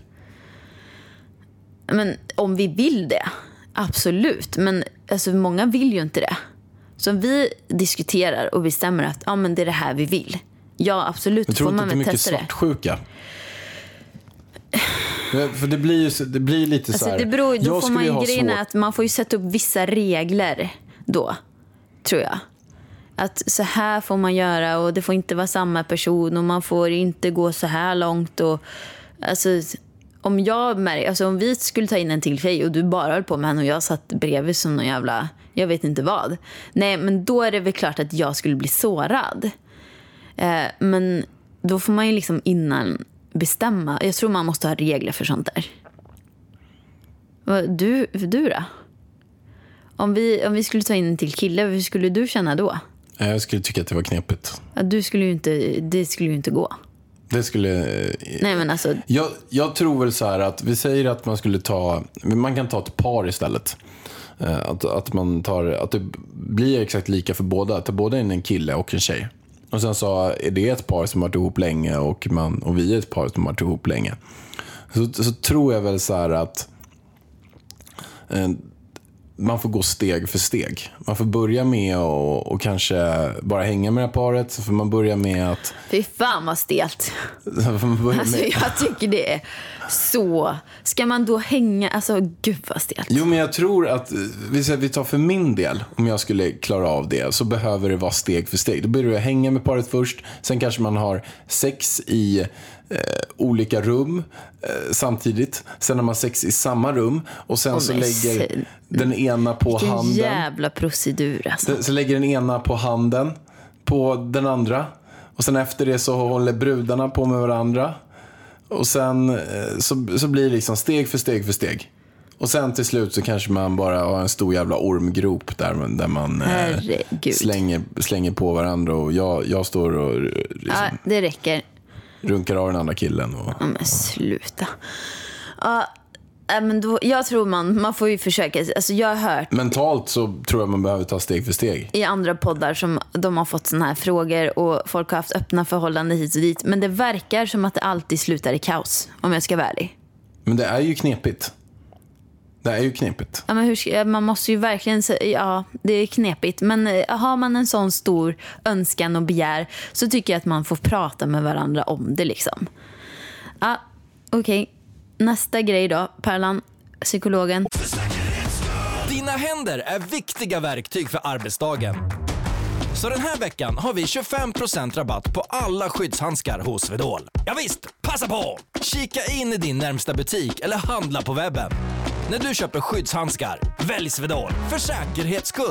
Men om vi vill det, absolut. Men alltså, många vill ju inte det. Så vi diskuterar och bestämmer att men det är det här vi vill. Ja, absolut. Jag tror inte att det är mycket svartsjuka. För det blir lite så här. Det beror, då får man ju grejen att man får ju sätta upp vissa regler då, tror jag. Att så här får man göra, och det får inte vara samma person, och man får inte gå så här långt. Och alltså, om vi skulle ta in en till tjej och du bara höll på med henne och jag satt bredvid som någon jävla, jag vet inte vad. Nej, men då är det väl klart att jag skulle bli sårad. Men då får man ju liksom innan bestämma. Jag tror man måste ha regler för sånt där. Du då? Om vi skulle ta in en till kille, hur skulle du känna då? Jag skulle tycka att det var knepigt. Ja, det skulle ju inte gå. Det skulle... Nej, men alltså... Jag tror väl så här att vi säger att man kan ta ett par istället. Att det blir exakt lika för båda. Att båda är en kille och en tjej. Och sen så är det ett par som har varit ihop länge och vi är ett par som har varit ihop länge. Så tror jag väl så här att man får gå steg för steg. Man får börja med och kanske bara hänga med det här paret. Så får man börja med att... Fy fan vad stelt. Alltså, jag tycker det är så... Ska man då hänga... Alltså, gud vad stelt. Jo, men jag tror att... Vi tar för min del, om jag skulle klara av det, så behöver det vara steg för steg. Då börjar du hänga med paret först. Sen kanske man har sex i... olika rum samtidigt. Sen har man sex i samma rum. Och sen så lägger den ena på handen. Vilken jävla procedur alltså. Så lägger den ena på handen på den andra. Och sen efter det så håller brudarna på med varandra. Och sen så blir det liksom steg för steg för steg. Och sen till slut så kanske man bara har en stor jävla ormgrop där man slänger på varandra. Och jag står och liksom, ja, det räcker. Runkar av den andra killen. Ja, men sluta. Ja, men då, jag tror man får ju försöka. Alltså jag har hört... Mentalt så tror jag man behöver ta steg för steg. I andra poddar som de har fått såna här frågor och folk har haft öppna förhållanden hit och dit. Men det verkar som att det alltid slutar i kaos, om jag ska vara ärlig. Men det är ju knepigt. Ja, men man måste ju verkligen säga, ja, det är knepigt. Men har man en sån stor önskan och begär så tycker jag att man får prata med varandra om det liksom. Ja, okej. Nästa grej då, Perlan, psykologen. Dina händer är viktiga verktyg för arbetsdagen. Så den här veckan har vi 25% rabatt på alla skyddshandskar hos Swedol. Ja visst, passa på! Kika in i din närmsta butik eller handla på webben. När du köper skyddshandskar, välj Swedol för säkerhets skull.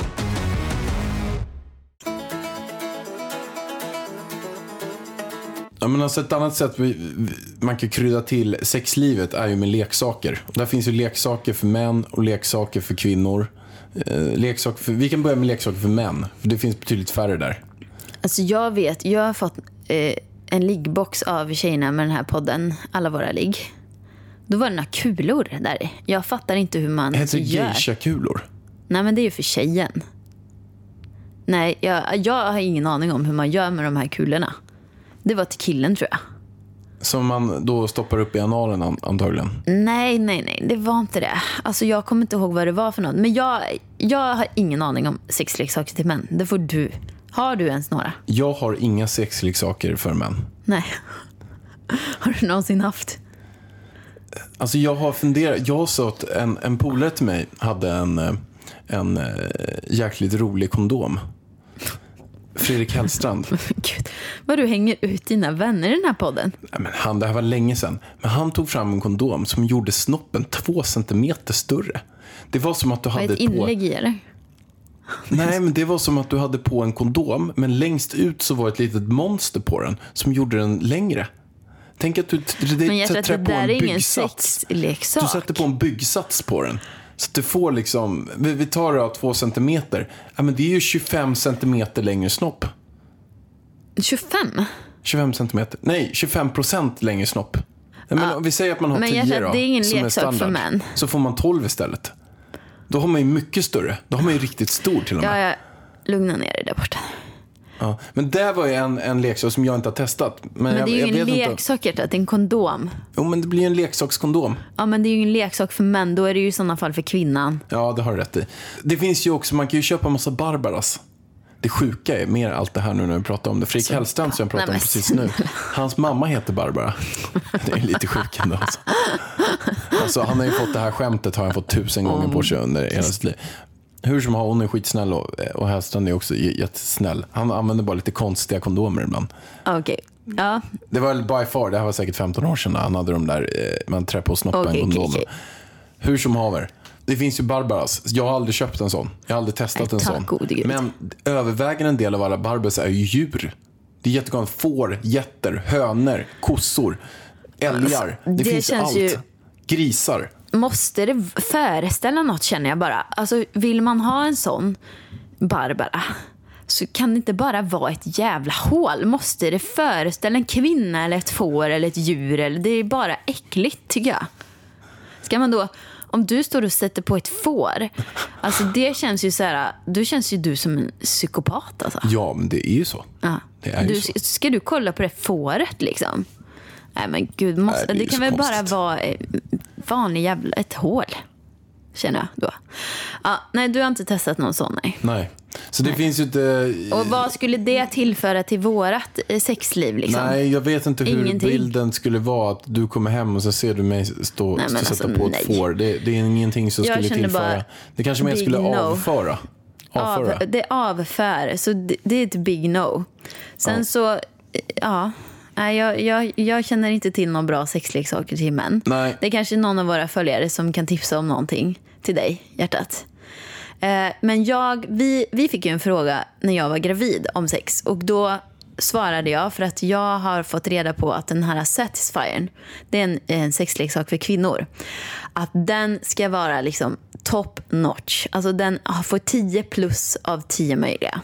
Ja, men alltså ett annat sätt man kan krydda till sexlivet är ju med leksaker. Där finns ju leksaker för män och leksaker för kvinnor. Vi kan börja med leksaker för män, för det finns betydligt färre där. Alltså jag har fått en liggbox av tjejerna med den här podden, alla våra ligg. Då var det några kulor där. Jag fattar inte hur man heter gör. geisha-kulor? Nej, men det är ju för tjejen. Nej, jag har ingen aning om hur man gör med de här kulorna. Det var till killen, tror jag. Som man då stoppar upp i analen antagligen? Nej, det var inte det. Alltså jag kommer inte ihåg vad det var för något. Men jag har ingen aning om sexleksaker till män. Det får du. Har du ens några? Jag har inga sexleksaker för män. Nej. Har du någonsin haft? Alltså jag har funderat. Jag sa att en polare till mig hade en jäkligt rolig kondom. Fredrik Hellstrand. Gud, vad du hänger ut dina vänner i den här podden. Nej, men det här var länge sedan. Men han tog fram en kondom som gjorde snoppen 2 centimeter större. Det var som att du hade ett inlägg i, eller? Nej, men det var som att du hade på en kondom, men längst ut så var ett litet monster på den som gjorde den längre. Tänk att du sätter på en byggsats. Du sätter på en byggsats på den. Så att du får liksom, vi tar det 2 centimeter. Ja, men det är ju 25 centimeter längre snopp. 25 centimeter. Nej, 25% längre snopp. Men vi säger att man har 10 då, det är ingen som leksak är standard, för män. Så får man 12 istället. Då har man ju mycket större. Då har man ju riktigt stor till och med. Ja, lugna ner dig där borta. Ja, men det var ju en leksak som jag inte har testat. Men det är ju ingen leksak, det är en kondom. Jo, men det blir en leksakskondom. Ja, men det är ju ingen leksak för män. Då är det ju i sådana fall för kvinnan. Ja, det har du rätt i. Det finns ju också, man kan ju köpa en massa Barbaras. Det sjuka är mer allt det här nu när vi pratar om det. Fredrik Hellstrand som jag pratar om precis nu. Hans mamma heter Barbara. Det är lite sjuk ändå. Alltså, han har ju fått det här skämtet, har han fått 1000 gånger på sig under hela sitt liv. Hur som har, hon är skitsnäll och Hellstrand är också jättesnäll. Han använder bara lite konstiga kondomer ibland. Okej. Ja. Det var by far, det här var säkert 15 år sedan. Han hade de där, man trär på snoppen kondomer. Okay. Hur som haver. Det finns ju Barbaras. Jag har aldrig köpt en sån. Jag har aldrig testat en sån. Men övervägande en del av alla Barbaras är ju djur. Det är jättegott. Får, getter, hönor, kossor, älgar. Det finns allt. Ju... Grisar. Måste det föreställa något, känner jag bara. Alltså, vill man ha en sån Barbara, så kan det inte bara vara ett jävla hål. Måste det föreställa en kvinna eller ett får eller ett djur? Eller det är bara äckligt, tycker jag. Ska man då, om du står och sätter på ett får, alltså det känns ju så här, då känns ju du som en psykopat alltså. Ja, men det är ju så. Ja. Det är ju så. Ska du kolla på det fåret liksom? Nej, men gud, det kan väl bara vara vanlig jävla ett hål. känner jag då. Ja, nej, du har inte testat någon sån, nej. Nej. Så det finns ju inte... Och vad skulle det tillföra till vårat sexliv liksom? Nej, jag vet inte hur Ingenting. bilden skulle vara att du kommer hem och så ser du mig stå Nej, men sätta alltså, på nej. ett får. Det är ingenting som Jag skulle känner bara tillföra. Det kanske mer big skulle no. avföra. Det avför, så det är ett big no. Sen så, ja... Nej, jag känner inte till några bra sexleksaker till män. Nej. Det är kanske någon av våra följare som kan tipsa om någonting till dig, hjärtat. Men vi fick ju en fråga när jag var gravid om sex. Och då svarade jag, för att jag har fått reda på att den här Satisfyern, det är en sexleksak för kvinnor, att den ska vara liksom top notch. Alltså den får 10 plus av 10 möjliga.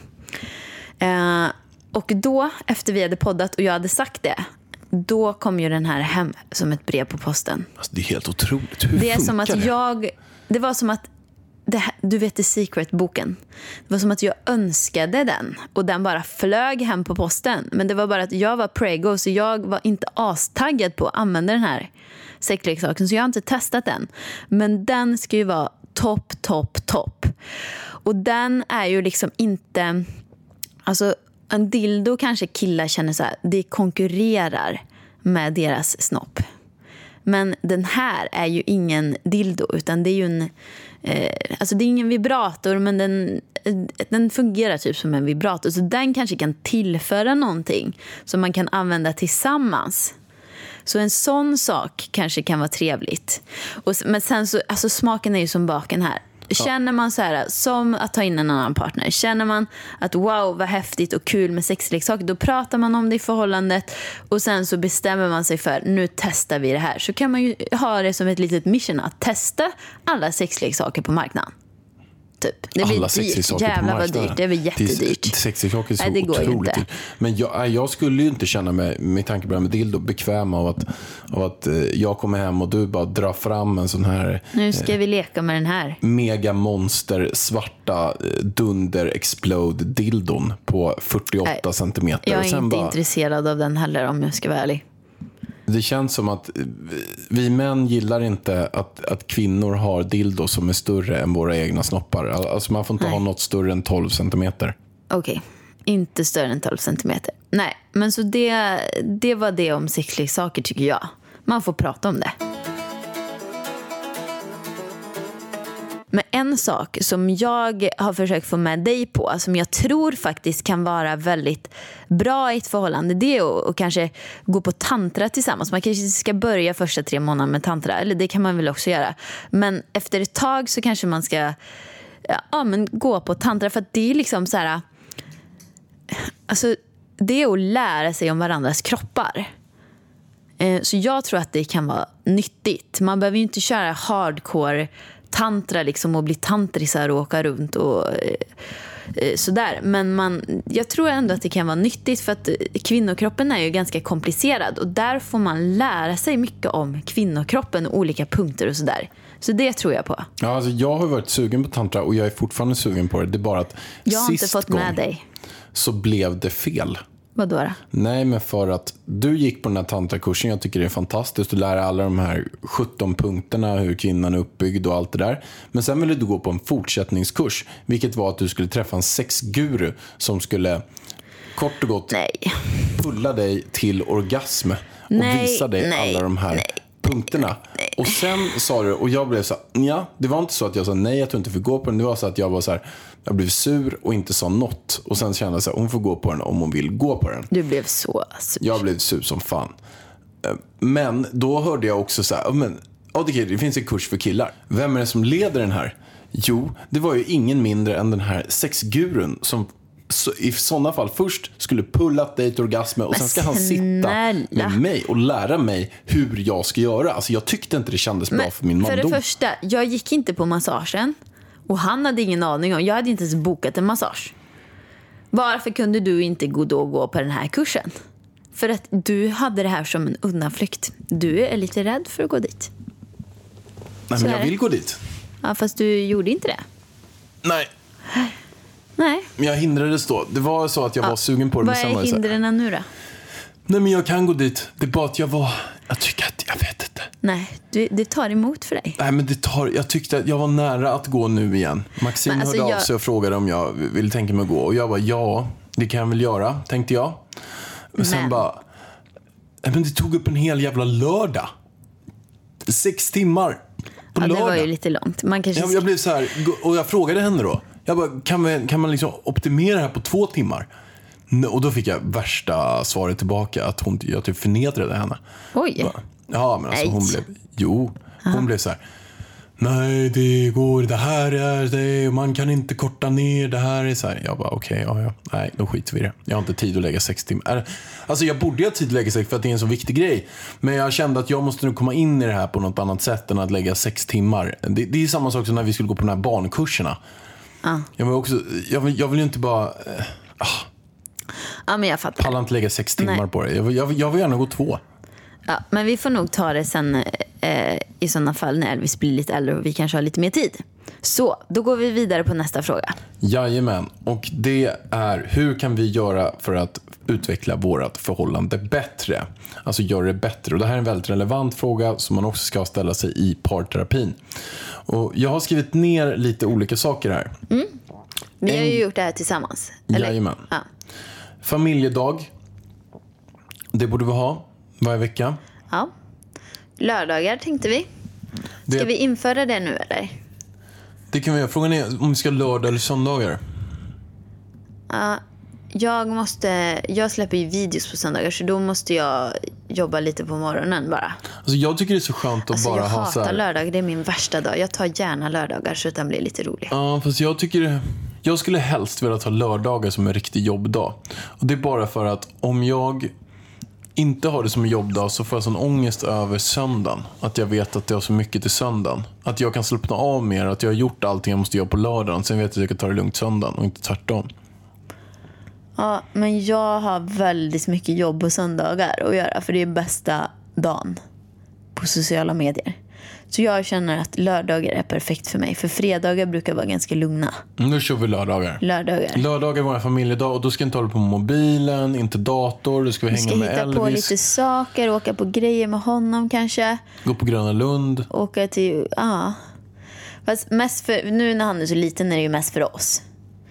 Och då, efter vi hade poddat och jag hade sagt det, då kom ju den här hem som ett brev på posten. Alltså, det är helt otroligt. Hur Det är som funkar att det var som att du vet The Secret-boken. Det var som att jag önskade den och den bara flög hem på posten. Men det var bara att jag var prego, så jag var inte astaggad på att använda den här sexleksaken, så jag har inte testat den. Men den ska ju vara topp. Och den är ju liksom inte... Alltså en dildo kanske killar känner så här, det konkurrerar med deras snopp. Men den här är ju ingen dildo, utan det är ju en... alltså det är ingen vibrator, men den fungerar typ som en vibrator. Så den kanske kan tillföra någonting som man kan använda tillsammans. Så en sån sak kanske kan vara trevligt. Men sen så, alltså smaken är ju som baken här. Känner man så här, som att ta in en annan partner, känner man att wow, vad häftigt och kul med sexleksaker, då pratar man om det i förhållandet och sen så bestämmer man sig för, nu testar vi det här. Så kan man ju ha det som ett litet mission att testa alla sexleksaker på marknaden. Typ. Det blir alla dyrt. sexleksaker på Jävlar vad marknaden. dyrt. Det är väl jättedyrt. Sexleksaker är så Nej, det går ju otroligt inte. dyrt. Men jag skulle ju inte känna mig, med tanke på det här med dildo, bekväm av att jag kommer hem och du bara drar fram en sån här Nu ska vi leka med den här. mega monster svarta dunder explode dildon på 48 centimeter. Jag Och är sen inte bara, intresserad av den heller, om jag ska vara ärlig. det känns som att vi män gillar inte att kvinnor har dildo som är större än våra egna snoppar. Alltså man får inte ha något större än 12 centimeter. Okej, inte större än 12 centimeter. Nej, men så det var det om sexleksaker, tycker jag. Man får prata om det. Men en sak som jag har försökt få med dig på, som jag tror faktiskt kan vara väldigt bra i ett förhållande, det är att kanske gå på tantra tillsammans. Man kanske ska börja första 3 månader med tantra, eller det kan man väl också göra. Men efter ett tag så kanske man ska gå på tantra, för att det är liksom så här, alltså det är att lära sig om varandras kroppar. Så jag tror att det kan vara nyttigt. Man behöver ju inte köra hardcore tantra liksom och bli tantrisar och åka runt och sådär. Men jag tror ändå att det kan vara nyttigt, för att kvinnokroppen är ju ganska komplicerad och där får man lära sig mycket om kvinnokroppen och olika punkter och sådär. Så det tror jag på. Ja, alltså jag har varit sugen på tantra och jag är fortfarande sugen på det. Det är bara att Jag har inte sist fått med dig. så blev det fel. Vadå då? Nej, men för att du gick på den här tantrakursen, jag tycker det är fantastiskt att lära alla de här 17 punkterna, hur kvinnan är uppbyggd och allt det där. Men sen ville du gå på en fortsättningskurs, vilket var att du skulle träffa en sexguru som skulle kort och gott pulla dig till orgasm och visa dig alla de här punkterna. Och sen sa du, och jag blev så ja, det var inte så att jag sa nej att du inte fick gå på den, det var så att jag var så här, jag blev sur och inte sa något. Och sen kände jag så här, hon får gå på den om hon vill gå på den. Du blev så sur. Jag blev sur som fan. Men då hörde jag också så här, det finns en kurs för killar. Vem är det som leder den här? Jo, det var ju ingen mindre än den här sexgurun som i sådana fall först skulle pulla dig till orgasm och sen ska han sitta med mig och lära mig hur jag ska göra. Alltså jag tyckte inte det kändes bra för min mandom. För det första, jag gick inte på massagen och han hade ingen aning om. Jag hade inte ens bokat en massage. Varför kunde du inte gå på den här kursen? För att du hade det här som en undanflykt. Du är lite rädd för att gå dit. Nej, men jag vill gå dit. Ja, fast du gjorde inte det. Nej. Nej. Men jag hindrades då. Det var så att jag var sugen på det. Vad är hindren nu då? Nej, men jag kan gå dit. Det är bara att jag tycker att, jag vet inte. Nej, det tar emot för dig. Nej, men jag tyckte att jag var nära att gå nu igen. Maxim Men alltså, hörde av sig och frågade om jag ville tänka mig att gå. Och jag bara, ja, det kan jag väl göra, tänkte jag. Men sen bara, men det tog upp en hel jävla lördag. 6 timmar på lördag. Det var ju lite långt. Man kanske... Jag blev så här, och jag frågade henne då. Jag bara, kan man liksom optimera det här på 2 timmar? Och då fick jag värsta svaret tillbaka, att jag typ förnedrade henne. Oj. Ja, men alltså hon blev så här, nej, det går, det här är det, man kan inte korta ner, det här är så här. Jag bara, okej, ja, nej, då skiter vi i det. Jag har inte tid att lägga 6 timmar. Alltså jag borde ha tid att lägga 6 för att det är en så viktig grej. Men jag kände att jag måste nu komma in i det här på något annat sätt än att lägga 6 timmar. Det är samma sak som när vi skulle gå på de här barnkurserna. Jag vill ju inte bara... Ja, men jag fattar. Pallar inte lägga 6 timmar på det. Jag vill gärna gå 2. Ja, men vi får nog ta det sen i sådana fall när Elvis blir lite äldre och vi kanske har lite mer tid. Så, då går vi vidare på nästa fråga. Jajamän, och det är, hur kan vi göra för att utveckla vårt förhållande bättre? Alltså göra det bättre. Och det här är en väldigt relevant fråga som man också ska ställa sig i parterapin. Och jag har skrivit ner lite olika saker här. Vi har ju gjort det här tillsammans. Eller? Jajamän. Ja. Familjedag. Det borde vi ha varje vecka. Ja. Lördagar tänkte vi. Ska vi införa det nu eller? Det kan vi göra. Frågan är om vi ska lördag eller söndagar. Ja. Jag släpper ju videos på söndagar, så då måste jag jobba lite på morgonen bara. Alltså jag tycker det är så skönt att bara ha så här... Jag hatar lördag, det är min värsta dag. Jag tar gärna lördagar så att den blir lite rolig. Ja, fast jag skulle helst vilja ta lördagar som en riktig jobbdag. Och det är bara för att om jag inte har det som en jobbdag så får jag sån ångest över söndagen. Att jag vet att jag har så mycket till söndagen. Att jag kan slappna av mer, att jag har gjort allting jag måste göra på lördagen. Sen vet jag att jag kan ta det lugnt söndagen och inte tvärtom. Ja, men jag har väldigt mycket jobb på söndagar att göra, för det är bästa dagen på sociala medier. Så jag känner att lördagar är perfekt för mig, för fredagar brukar vara ganska lugna. Nu kör vi lördagar. Lördagar är vår familjedag och då ska inte hålla på mobilen, inte dator, då ska vi hänga med Elvis. Vi ska hitta på lite saker, åka på grejer med honom kanske. Gå på Gröna Lund. Åka till, Fast mest för, nu när han är så liten är det ju mest för oss.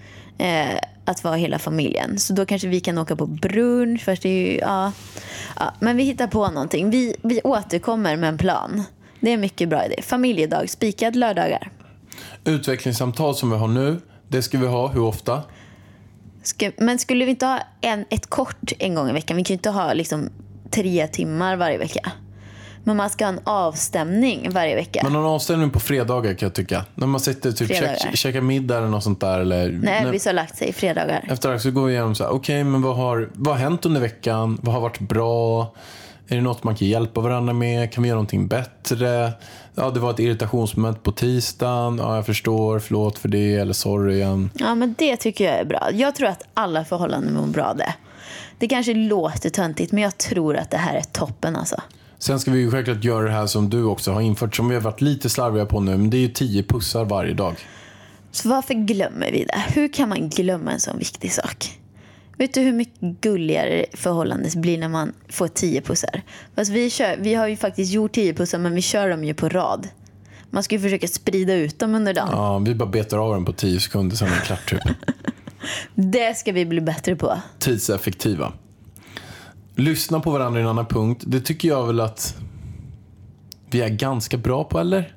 Att vara hela familjen. Så då kanske vi kan åka på brunch. Först är ju, men vi hittar på någonting. Vi återkommer med en plan. Det är en mycket bra idé. Familjedag, spikad lördagar. Utvecklingssamtal som vi har nu, det ska vi ha hur ofta? Men skulle vi inte ha ett kort en gång i veckan? Vi kan ju inte ha liksom 3 timmar varje vecka. Men man ska ha en avstämning varje vecka. Men en avstämning på fredagar kan jag tycka. När man sitter typ käkar middag eller något sånt där. Eller, Nej, vi har lagt sig fredagar. Efter det så går vi igenom så här, okej, men vad har hänt under veckan? Vad har varit bra? Är det något man kan hjälpa varandra med? Kan vi göra någonting bättre? Ja, det var ett irritationsmoment på tisdagen. Ja, jag förstår. Förlåt för det. Eller sorry igen. Ja, men det tycker jag är bra. Jag tror att alla förhållanden mår bra det. Det kanske låter töntigt, men jag tror att det här är toppen alltså. Sen ska vi ju självklart göra det här som du också har infört, som vi har varit lite slarviga på nu, men det är ju 10 pussar varje dag. Så varför glömmer vi det? Hur kan man glömma en sån viktig sak? Vet du hur mycket gulligare förhållandet blir när man får 10 pussar? Fast vi har ju faktiskt gjort 10 pussar, men vi kör dem ju på rad. Man ska ju försöka sprida ut dem under dagen. Ja, vi bara betar av dem på 10 sekunder, sen är det klart typ. Det ska vi bli bättre på. Tidseffektiva. Lyssna på varandra i en annan punkt. Det tycker jag väl att vi är ganska bra på, eller?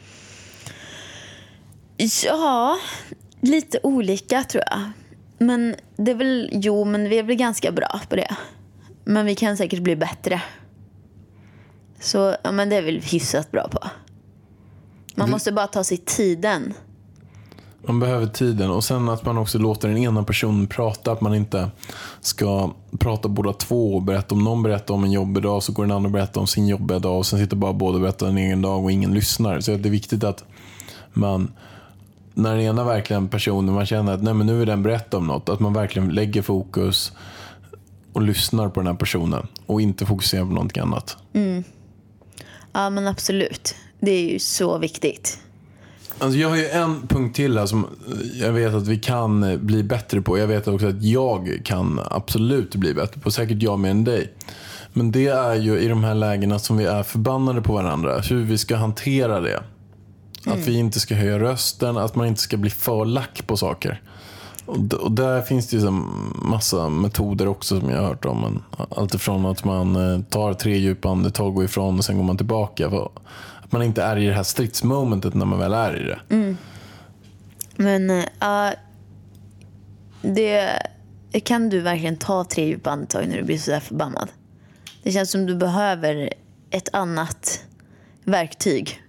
Ja, lite olika tror jag. Men det är väl, men vi är väl ganska bra på det. Men vi kan säkert bli bättre. Så, men det är väl hyfsat bra på. Man måste bara ta sig tiden. Man behöver tiden. Och sen att man också låter den ena personen prata. Att man inte ska prata båda två och berätta om någon berättar om en jobbig dag, så går den andra och berättar om sin jobbiga dag, och sen sitter bara båda och berättar en egen dag och ingen lyssnar. Så det är viktigt att man, när den ena verkligen personen, man känner att nej, men nu är den berätta om något, att man verkligen lägger fokus och lyssnar på den här personen och inte fokuserar på något annat. Ja, men absolut. Det är ju så viktigt. Alltså jag har ju en punkt till här som jag vet att vi kan bli bättre på. Jag vet också att jag kan absolut bli bättre på. Säkert jag mer än dig. Men det är ju i de här lägena som vi är förbannade på varandra. Hur vi ska hantera det. Att vi inte ska höja rösten. Att man inte ska bli för lack på saker. Och där finns det ju en massa metoder också som jag har hört om. Men allt ifrån att man tar 3 djupa andetag, går ifrån och sen går man tillbaka. Att man inte är i det här stridsmomentet när man väl är i det. Men kan du verkligen ta 3 djupa andetag när du blir så där förbannad? Det känns som du behöver ett annat verktyg.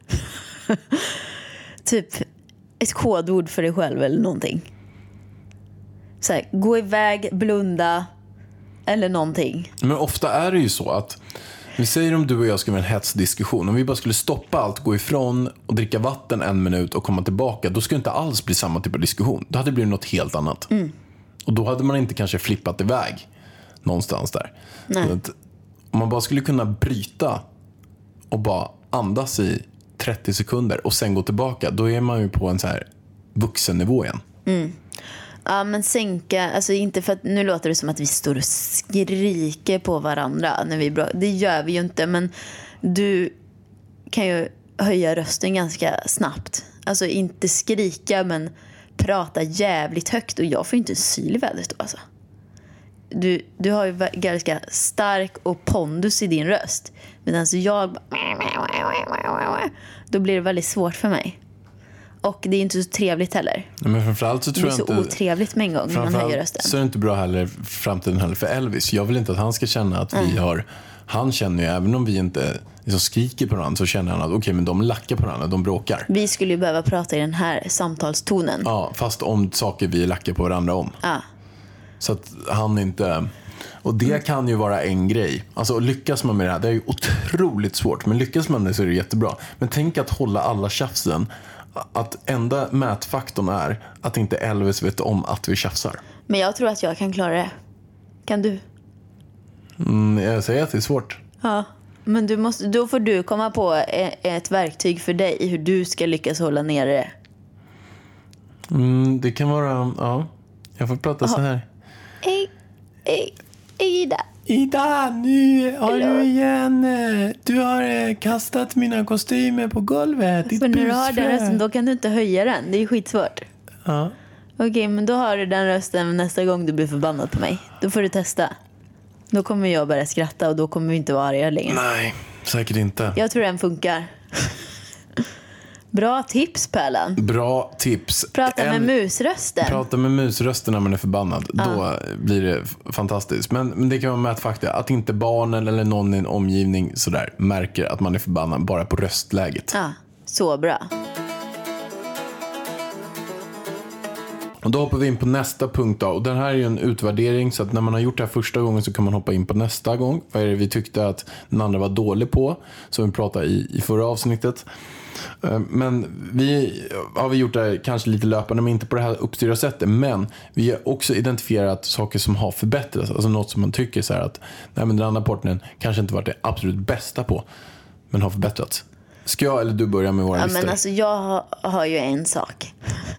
Typ ett kodord för dig själv eller någonting. Så här, gå iväg, blunda eller någonting. Men ofta är det ju så att vi säger om du och jag ska med en hetsdiskussion. Om vi bara skulle stoppa allt, gå ifrån och dricka vatten 1 minut och komma tillbaka, då skulle det inte alls bli samma typ av diskussion. Då hade det blivit något helt annat. Och då hade man inte kanske flippat iväg någonstans där. Så att om man bara skulle kunna bryta och bara andas i 30 sekunder och sen gå tillbaka, då är man ju på en så här vuxennivå igen. Ja, men sänka, alltså inte för att nu låter det som att vi står och skriker på varandra när vi är bra. Det gör vi ju inte, men du kan ju höja rösten ganska snabbt. Alltså inte skrika, men prata jävligt högt, och jag får inte syl i vädret då alltså. Du har ju ganska stark och pondus i din röst. Medan jag då blir det väldigt svårt för mig. Och det är inte så trevligt heller. Men framförallt så tror jag inte... Det är så otrevligt med en gång när man höjer rösten. Så är det inte bra heller framtiden heller för Elvis. Jag vill inte att han ska känna att vi har... Han känner ju, även om vi inte liksom skriker på varandra, så känner han att okej, men de lackar på varandra, de bråkar. Vi skulle ju behöva prata i den här samtalstonen. Ja, fast om saker vi lackar på varandra om. Ja. Så att han inte... Och det kan ju vara en grej. Alltså lyckas man med det här, det är ju otroligt svårt. Men lyckas man med det så är det jättebra. Men tänk att hålla alla tjafsen. Att enda mätfaktorn är att inte Elvis vet om att vi tjafsar. Men jag tror att jag kan klara det. Kan du? Jag säger att det är svårt. Ja, men då får du komma på ett verktyg för dig hur du ska lyckas hålla ner det. Det kan vara, ja. Jag får prata så här. Ida, nu har du igen. Du har kastat mina kostymer på golvet. För när du har den rösten, då kan du inte höja den. Det är skitsvårt. Ja. Okej, men då har du den rösten nästa gång du blir förbannad på mig. Då får du testa. Då kommer jag börja skratta och då kommer vi inte vara arga längre. Nej, säkert inte. Jag tror den funkar. Bra tips, Pärlan. Bra tips. Prata med musrösten. Prata med musrösten när man är förbannad. Då blir det fantastiskt. Men det kan vara mätfakta. Att inte barnen eller någon i en omgivning sådär märker att man är förbannad bara på röstläget. Ja, så bra. Och då hoppar vi in på nästa punkt då. Och den här är ju en utvärdering, så att när man har gjort det här första gången så kan man hoppa in på nästa gång. Vad är det vi tyckte att den andra var dålig på, som vi pratade i förra avsnittet. Men vi har gjort det här kanske lite löpande, men inte på det här uppstyrda sättet. Men vi har också identifierat saker som har förbättrats. Alltså något som man tycker så här att nej, men den andra partnern kanske inte varit det absolut bästa på, men har förbättrats. Ska jag eller du börja med våra listor? Men alltså jag har ju en sak.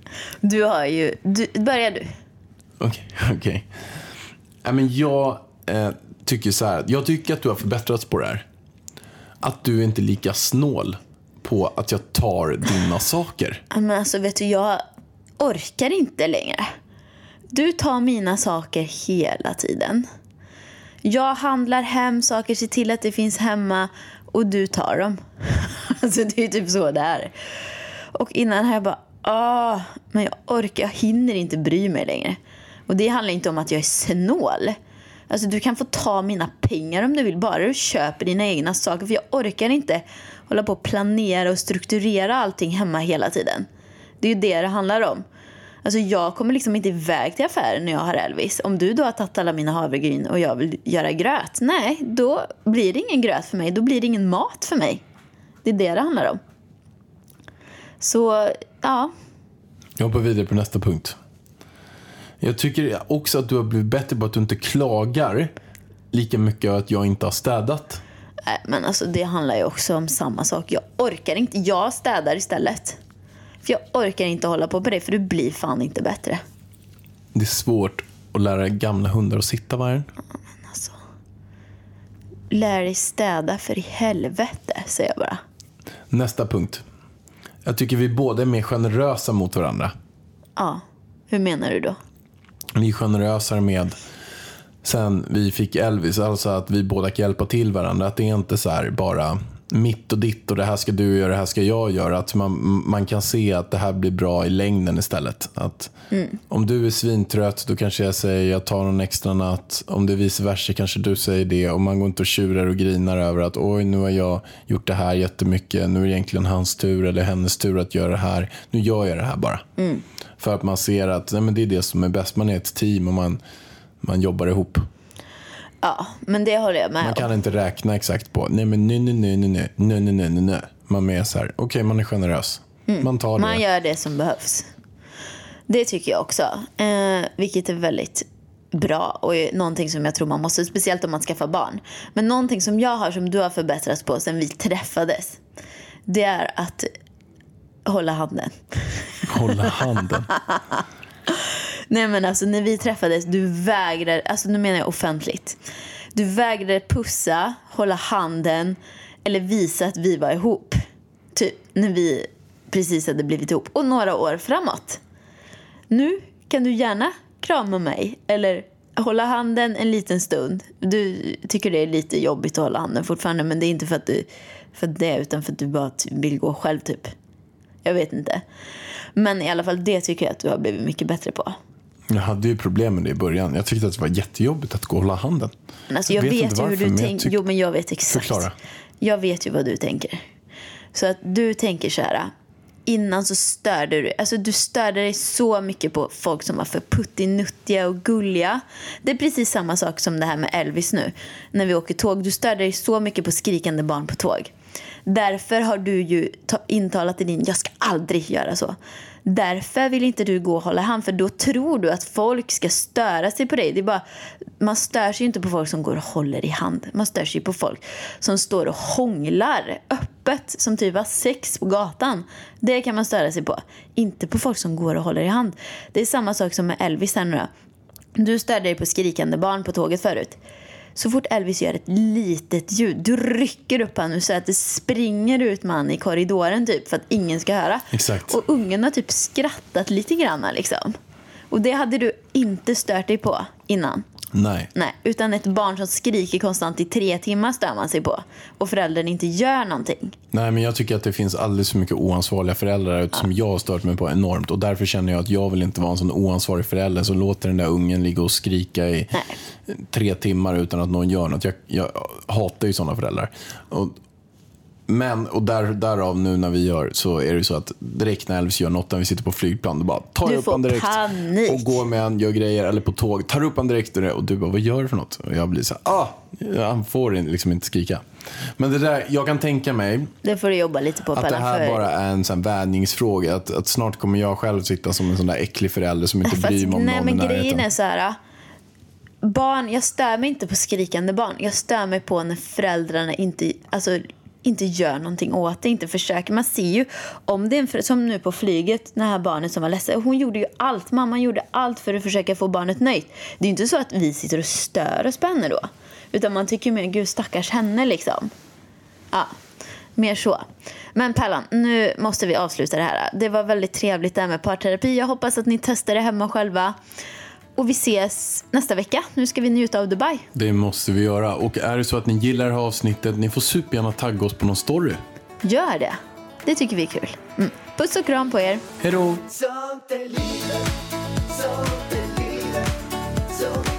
Börjar du? Okej. Men jag tycker så här. Jag tycker att du har förbättrats på det här. Att du inte är lika snål på att jag tar dina saker. Men alltså vet du, jag orkar inte längre. Du tar mina saker hela tiden. Jag handlar hem saker, ser till att det finns hemma, och du tar dem. Alltså det är typ så det är. Och innan här bara, men jag hinner inte bry mig längre. Och det handlar inte om att jag är snål. Alltså du kan få ta mina pengar om du vill, bara du köper dina egna saker. För jag orkar inte hålla på och planera och strukturera allting hemma hela tiden. Det är ju det handlar om. Alltså jag kommer liksom inte iväg till affären när jag har Elvis. Om du då har tagit alla mina havregryn och jag vill göra gröt, nej, då blir det ingen gröt för mig. Då blir det ingen mat för mig. Det är det handlar om. Så, ja. Jag hoppar vidare på nästa punkt. Jag tycker också att du har blivit bättre på att du inte klagar lika mycket att jag inte har städat. Men alltså det handlar ju också om samma sak. Jag orkar inte. Jag städar istället. För jag orkar inte hålla på det, för du blir fan inte bättre. Det är svårt att lära gamla hundar att sitta, Vargen. Alltså, lär dig städa för i helvete, säger jag bara. Nästa punkt. Jag tycker vi båda är mer generösa mot varandra. Ja, hur menar du då? Vi är generösare med sen vi fick Elvis. Alltså att vi båda kan hjälpa till varandra. Att det är inte så här bara mitt och ditt och det här ska du göra, det här ska jag göra. Att man kan se att det här blir bra i längden istället. Att om du är svintrött, då kanske jag säger jag tar någon extra natt. Om det är vice versa kanske du säger det. Och man går inte och tjurar och grinar över att oj, nu har jag gjort det här jättemycket. Nu är det egentligen hans tur eller hennes tur att göra det här. Nu gör jag det här bara. För att man ser att nej, men det är det som är bäst. Man är ett team och man jobbar ihop. Ja, men det håller jag med Man om. kan inte räkna exakt på nej men nej. Man är så här, okej, man är generös. Man tar det. Man gör det som behövs. Det tycker jag också. Vilket är väldigt bra och är någonting som jag tror man måste, speciellt om man skaffar barn. Men någonting som jag har som du har förbättrats på sen vi träffades, det är att hålla handen. Hålla handen. Nej men alltså när vi träffades, du vägrade, alltså nu menar jag offentligt. Du vägrade pussa, hålla handen eller visa att vi var ihop. Typ när vi precis hade blivit ihop. Och några år framåt. Nu kan du gärna krama mig eller hålla handen en liten stund. Du tycker det är lite jobbigt att hålla handen fortfarande, men det är inte för det utan för att du bara vill gå själv typ. Jag vet inte. Men i alla fall det tycker jag att du har blivit mycket bättre på. Jag hade ju problem med det i början. Jag tyckte att det var jättejobbigt att gå och hålla handen. Men alltså jag vet ju hur du tänker. Jo, men jag vet exakt. Förklara. Jag vet ju vad du tänker. Så att du tänker så här. Innan så störde du. Alltså du störde dig så mycket på folk som var för puttinuttiga och gulliga. Det är precis samma sak som det här med Elvis nu. När vi åker tåg. Du störde dig så mycket på skrikande barn på tåg. Därför har du ju intalat i din, jag ska aldrig göra så. Därför vill inte du gå och hålla hand, för då tror du att folk ska störa sig på dig. Det är bara, man stör sig ju inte på folk som går och håller i hand. Man stör sig på folk som står och hånglar öppet, som typ har sex på gatan. Det kan man störa sig på. Inte på folk som går och håller i hand. Det är samma sak som med Elvis här nu då. Du störde dig på skrikande barn på tåget förut. Så fort Elvis gör ett litet ljud, du rycker upp han och så att det springer ut man i korridoren typ för att ingen ska höra. Exakt. Och ungen har typ skrattat lite grann liksom. Och det hade du inte stört dig på innan. Nej. Nej, utan ett barn som skriker konstant i 3 timmar stör man sig på. Och föräldern inte gör någonting. Nej, men jag tycker att det finns alldeles för mycket oansvariga föräldrar som jag har stört mig på enormt. Och därför känner jag att jag vill inte vara en sån oansvarig förälder som låter den där ungen ligga och skrika i 3 timmar utan att någon gör något. Jag hatar ju såna föräldrar. Och därav nu när vi gör så är det så att direkt när Elvis gör något när vi sitter på flygplan, då bara tar upp han direkt panik. och går med han, gör grejer, eller på tåg, tar upp han direkt och du bara, vad gör du för något? Och jag blir så här, han får liksom inte skrika. Men det där, jag kan tänka mig det får du jobba lite på, att det här bara är en sån värvningsfråga, att snart kommer jag själv sitta som en sån där äcklig förälder som inte bryr mig om nej, någon men i närheten. grejen är så här, barn, jag stör mig inte på skrikande barn. Jag stör mig på när föräldrarna inte gör någonting åt det, inte försöker. Man ser ju, om det är som nu på flyget, det här barnet som var ledsen, hon gjorde ju allt, mamman gjorde allt för att försöka få barnet nöjt. Det är ju inte så att vi sitter och stör oss på henne då, utan man tycker mer, gud stackars henne liksom. Ja, mer så. Men Pallan, nu måste vi avsluta det här. Det var väldigt trevligt där med parterapi. Jag hoppas att ni testar det hemma själva. Och vi ses nästa vecka. Nu ska vi njuta av Dubai. Det måste vi göra. Och är det så att ni gillar det här avsnittet, ni får supergärna tagga oss på någon story. Gör det. Det tycker vi är kul. Puss och kram på er. Hej då! Sånt är livet, sånt är livet, sånt